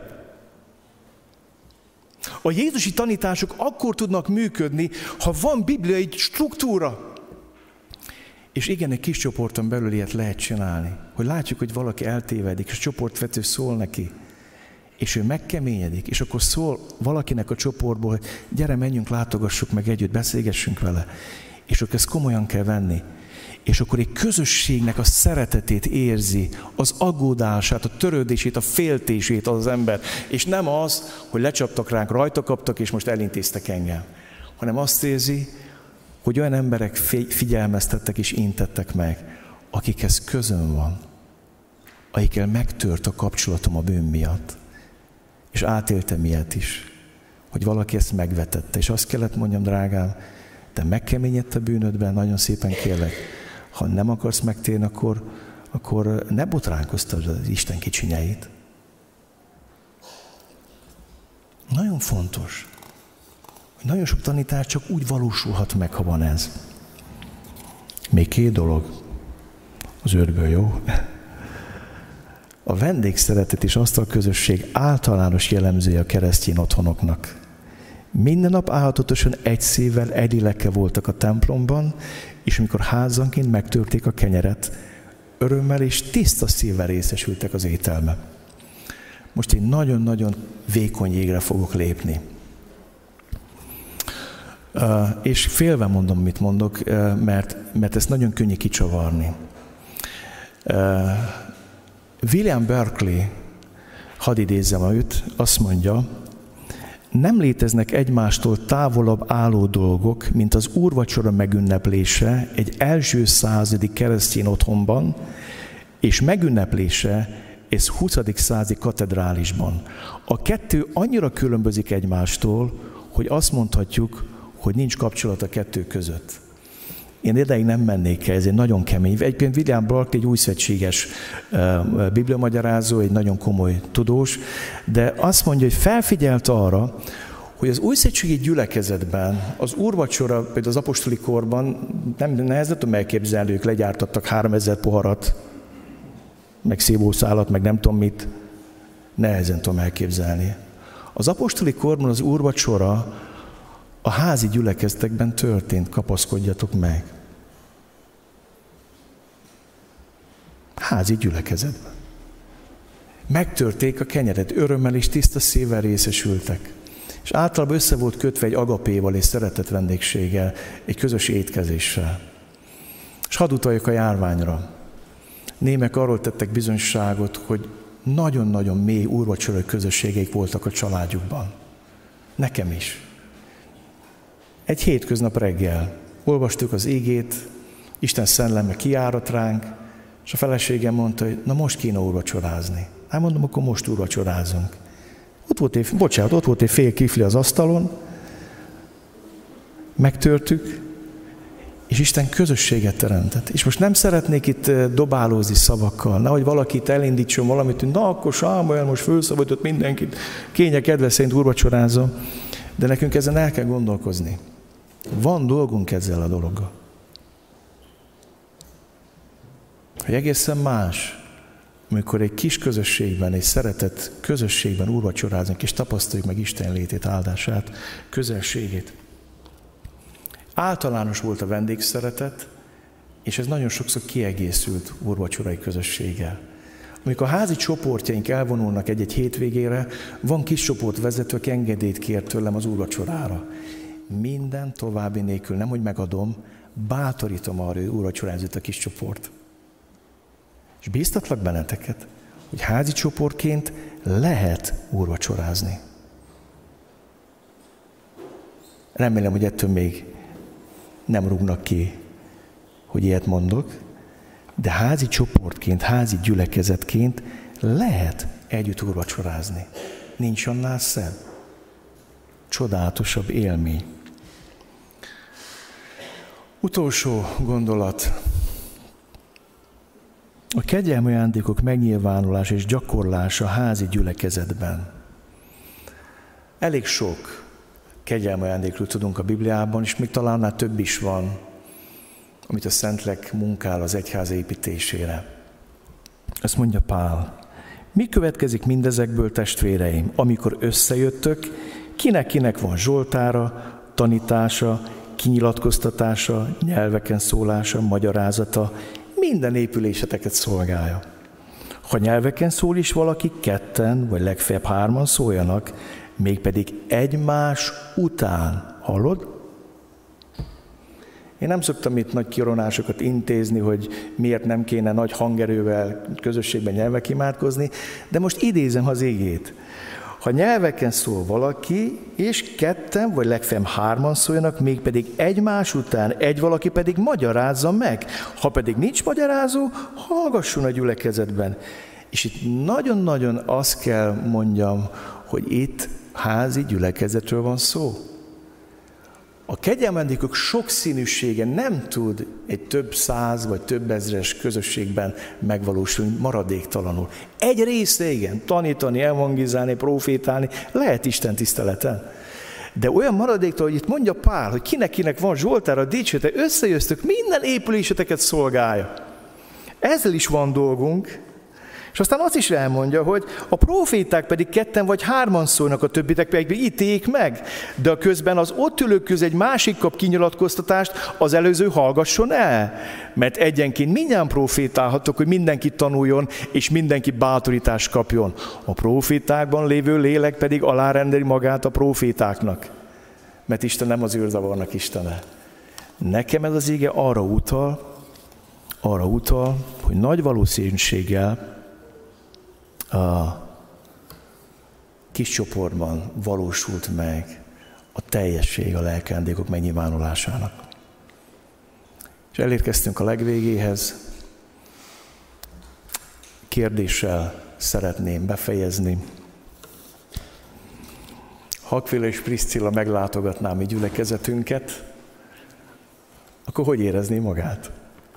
A jézusi tanítások akkor tudnak működni, ha van bibliai struktúra. És igen, egy kis csoporton belül ilyet lehet csinálni. Hogy látjuk, hogy valaki eltévedik, és a csoportvezető szól neki, és ő megkeményedik, és akkor szól valakinek a csoportból, hogy gyere, menjünk, látogassuk meg együtt, beszélgessünk vele. És akkor ezt komolyan kell venni. És akkor egy közösségnek a szeretetét érzi, az aggódását, a törődését, a féltését az ember. És nem az, hogy lecsaptak ránk, rajta kaptak, és most elintéztek engem. Hanem azt érzi, hogy olyan emberek figyelmeztettek és intettek meg, akikhez közön van, akikkel megtört a kapcsolatom a bűn miatt. És átéltem ilyet is, hogy valaki ezt megvetette. És azt kellett mondjam, drágám, te megkeményedsz a bűnödben, nagyon szépen kérlek, ha nem akarsz megtérni, akkor, akkor ne botránkoztasd az Isten kicsinyeit. Nagyon fontos, hogy nagyon sok tanítás csak úgy valósulhat meg, ha van ez. Még két dolog. Az őrből, jó? A vendégszeretet és asztalközösség általános jellemzője a keresztény otthonoknak. Minden nap álhatatosan egy szívvel, egy lélekkel voltak a templomban, és amikor házanként megtörték a kenyeret, örömmel és tiszta szívvel részesültek az ételbe. Most én nagyon-nagyon vékony jégre fogok lépni. Uh, és félve mondom, mit mondok, uh, mert, mert ezt nagyon könnyű kicsavarni. Uh, William Berkeley, hadd idézzem őt, azt mondja, nem léteznek egymástól távolabb álló dolgok, mint az úrvacsora megünneplése egy első századi keresztény otthonban, és megünneplése egy huszadik századi katedrálisban. A kettő annyira különbözik egymástól, hogy azt mondhatjuk, hogy nincs kapcsolat a kettő között. Én ideig nem mennék el, ez egy nagyon kemény. Egyébként William Berkeley egy újszövetséges uh, bibliamagyarázó, egy nagyon komoly tudós, de azt mondja, hogy felfigyelt arra, hogy az újszövetségi gyülekezetben, az úrvacsora, például az apostoli korban, nem nehezen tudom elképzelni, ők legyártattak háromezer poharat, meg szívószálat, meg nem tudom mit, nehezen tudom elképzelni. Az apostoli korban az úrvacsora a házi gyülekezetekben történt, kapaszkodjatok meg. Házi gyülekezetben. Megtörték a kenyeret, örömmel és tiszta szívvel részesültek. És általában össze volt kötve egy agapéval és szeretett vendégséggel, egy közös étkezéssel. És hadd utaljak a járványra. Némek arról tettek bizonyságot, hogy nagyon-nagyon mély úrvacsorai közösségeik voltak a családjukban. Nekem is. Egy hétköznap reggel olvastuk az igét, Isten szelleme kiáradt ránk, és a feleségem mondta, hogy na most kéne úrvacsorázni. Hát mondom, akkor most úrvacsorázunk. Ott volt egy, bocsánat, ott volt egy fél kifli az asztalon, megtörtük, és Isten közösséget teremtett. És most nem szeretnék itt dobálózni szavakkal, nehogy valakit elindítson valamit, hogy na akkor Sámuel most fölszabadított mindenkit, kénye kedve szerint úrvacsorázza, de nekünk ezen el kell gondolkozni. Van dolgunk ezzel a dologgal. Hogy egészen más, amikor egy kis közösségben, egy szeretett közösségben úrvacsorázunk, és tapasztaljuk meg Isten létét, áldását, közelségét. Általános volt a vendégszeretet, és ez nagyon sokszor kiegészült úrvacsorai közösséggel. Amikor a házi csoportjaink elvonulnak egy-egy hétvégére, van kis csoportvezető, aki engedélyt kér tőlem az úrvacsorára. Minden további nélkül, nem hogy megadom, bátorítom arra, hogy úrvacsorázzuk a kis csoport. És bíztatlak benneteket, hogy házi csoportként lehet úrvacsorázni. Remélem, hogy ettől még nem rúgnak ki, hogy ilyet mondok, de házi csoportként, házi gyülekezetként lehet együtt úrvacsorázni. Nincs annál szebb, csodálatosabb élmény. Utolsó gondolat. A kegyelmi ajándékok megnyilvánulása és gyakorlása házi gyülekezetben. Elég sok kegyelmi ajándékról tudunk a Bibliában, és még talán több is van, amit a Szentlélek munkál az egyház építésére. Ezt mondja Pál. Mi következik mindezekből, testvéreim, amikor összejöttök, kinek-kinek van zsoltára, tanítása, kinyilatkoztatása, nyelveken szólása, magyarázata, minden épüléseteket szolgálja. Ha nyelveken szól is valaki, ketten, vagy legfeljebb hárman szóljanak, mégpedig egymás után. Hallod? Én nem szoktam itt nagy kironásokat intézni, hogy miért nem kéne nagy hangerővel közösségben nyelvek imádkozni, de most idézem az igét. Ha nyelveken szól valaki, és ketten, vagy legfeljebb hárman szóljanak, mégpedig egymás után, egy valaki pedig magyarázza meg. Ha pedig nincs magyarázó, hallgasson a gyülekezetben. És itt nagyon-nagyon azt kell mondjam, hogy itt házi gyülekezetről van szó. A kegyelmendékök sokszínűsége nem tud egy több száz vagy több ezres közösségben megvalósulni maradéktalanul. Egy része igen, tanítani, evangélizálni, profétálni, lehet Isten tiszteleten. De olyan maradéktalan, hogy itt mondja Pál, hogy kinek-kinek van zsoltára, dicsőte, összejöttök, minden épüléseteket szolgálja. Ezzel is van dolgunk. És aztán azt is elmondja, hogy a proféták pedig ketten vagy hárman szólnak, a többiek pedig ítéljék meg. De a közben az ott ülők közül egy másik kap kinyilatkoztatást, az előző hallgasson el. Mert egyenként mindjárt profétálhatok, hogy mindenki tanuljon, és mindenki bátorítást kapjon. A profétákban lévő lélek pedig alárendeli magát a profétáknak. Mert Isten nem az űrzavarnak Istene. Nekem ez az ige arra utal, arra utal, hogy nagy valószínűséggel a kis csoportban valósult meg a teljesség a lelki-ajándékok megnyilvánulásának. És elérkeztünk a legvégéhez. Kérdéssel szeretném befejezni. Ha Akvila és Priszcilla meglátogatná mi gyülekezetünket, akkor hogy érezné magát?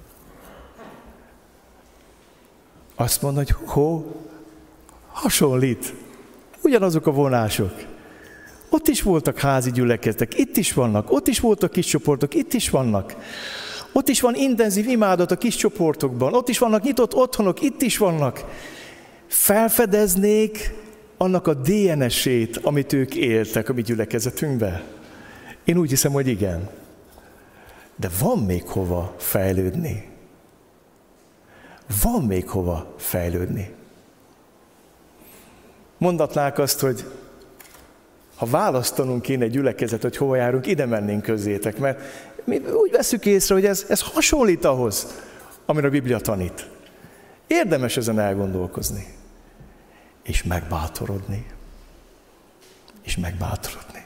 Azt mondja, hogy ho, hasonlít. Ugyanazok a vonások. Ott is voltak házi gyülekezetek, itt is vannak, ott is voltak kis csoportok, itt is vannak. Ott is van intenzív imádat a kis csoportokban, ott is vannak nyitott otthonok, itt is vannak. Felfedeznék annak a dé en es-ét, amit ők éltek a mi gyülekezetünkben? Én úgy hiszem, hogy igen. De van még hova fejlődni. Van még hova fejlődni. Mondatnák azt, hogy ha választanunk kéne egy gyülekezet, hogy hova járunk, ide mennénk közzétek, mert mi úgy veszük észre, hogy ez, ez hasonlít ahhoz, amire a Biblia tanít. Érdemes ezen elgondolkozni. És megbátorodni. És megbátorodni.